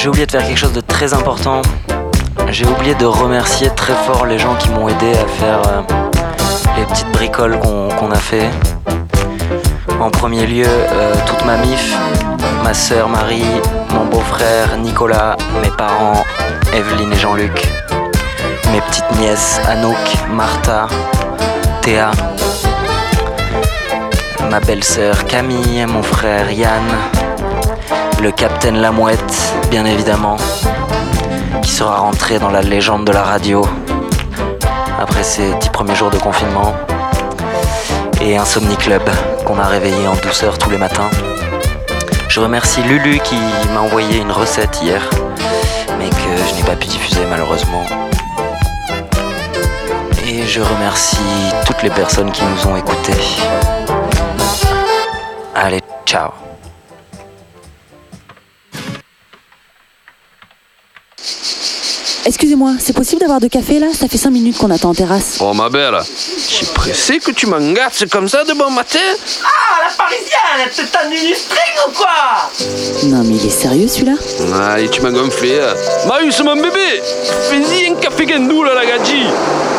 j'ai oublié de faire quelque chose de très important. J'ai oublié de remercier très fort les gens qui m'ont aidé à faire euh, les petites bricoles qu'on qu'on a fait. En premier lieu, euh, toute ma mif, ma sœur Marie, mon beau-frère Nicolas, mes parents Evelyne et Jean-Luc, mes petites nièces Anouk, Martha, Théa, ma belle-sœur Camille, mon frère Yann, le capitaine Lamouette, bien évidemment, qui sera rentré dans la légende de la radio après ces dix premiers jours de confinement, et Insomnie Club qu'on a réveillé en douceur tous les matins. Je remercie Lulu qui m'a envoyé une recette hier, mais que je n'ai pas pu diffuser malheureusement. Et je remercie toutes les personnes qui nous ont écoutés. Allez, ciao. Excusez-moi, c'est possible d'avoir de café là? Ça fait cinq minutes qu'on attend en terrasse. Oh ma belle, je suis pressé que tu m'engasses comme ça de bon matin. Ah, la parisienne, tu t'en du string ou quoi? Non mais il est sérieux celui-là? Allez, tu m'as gonflé. Marius, mon bébé, fais-y un café Gendou là, la gadji.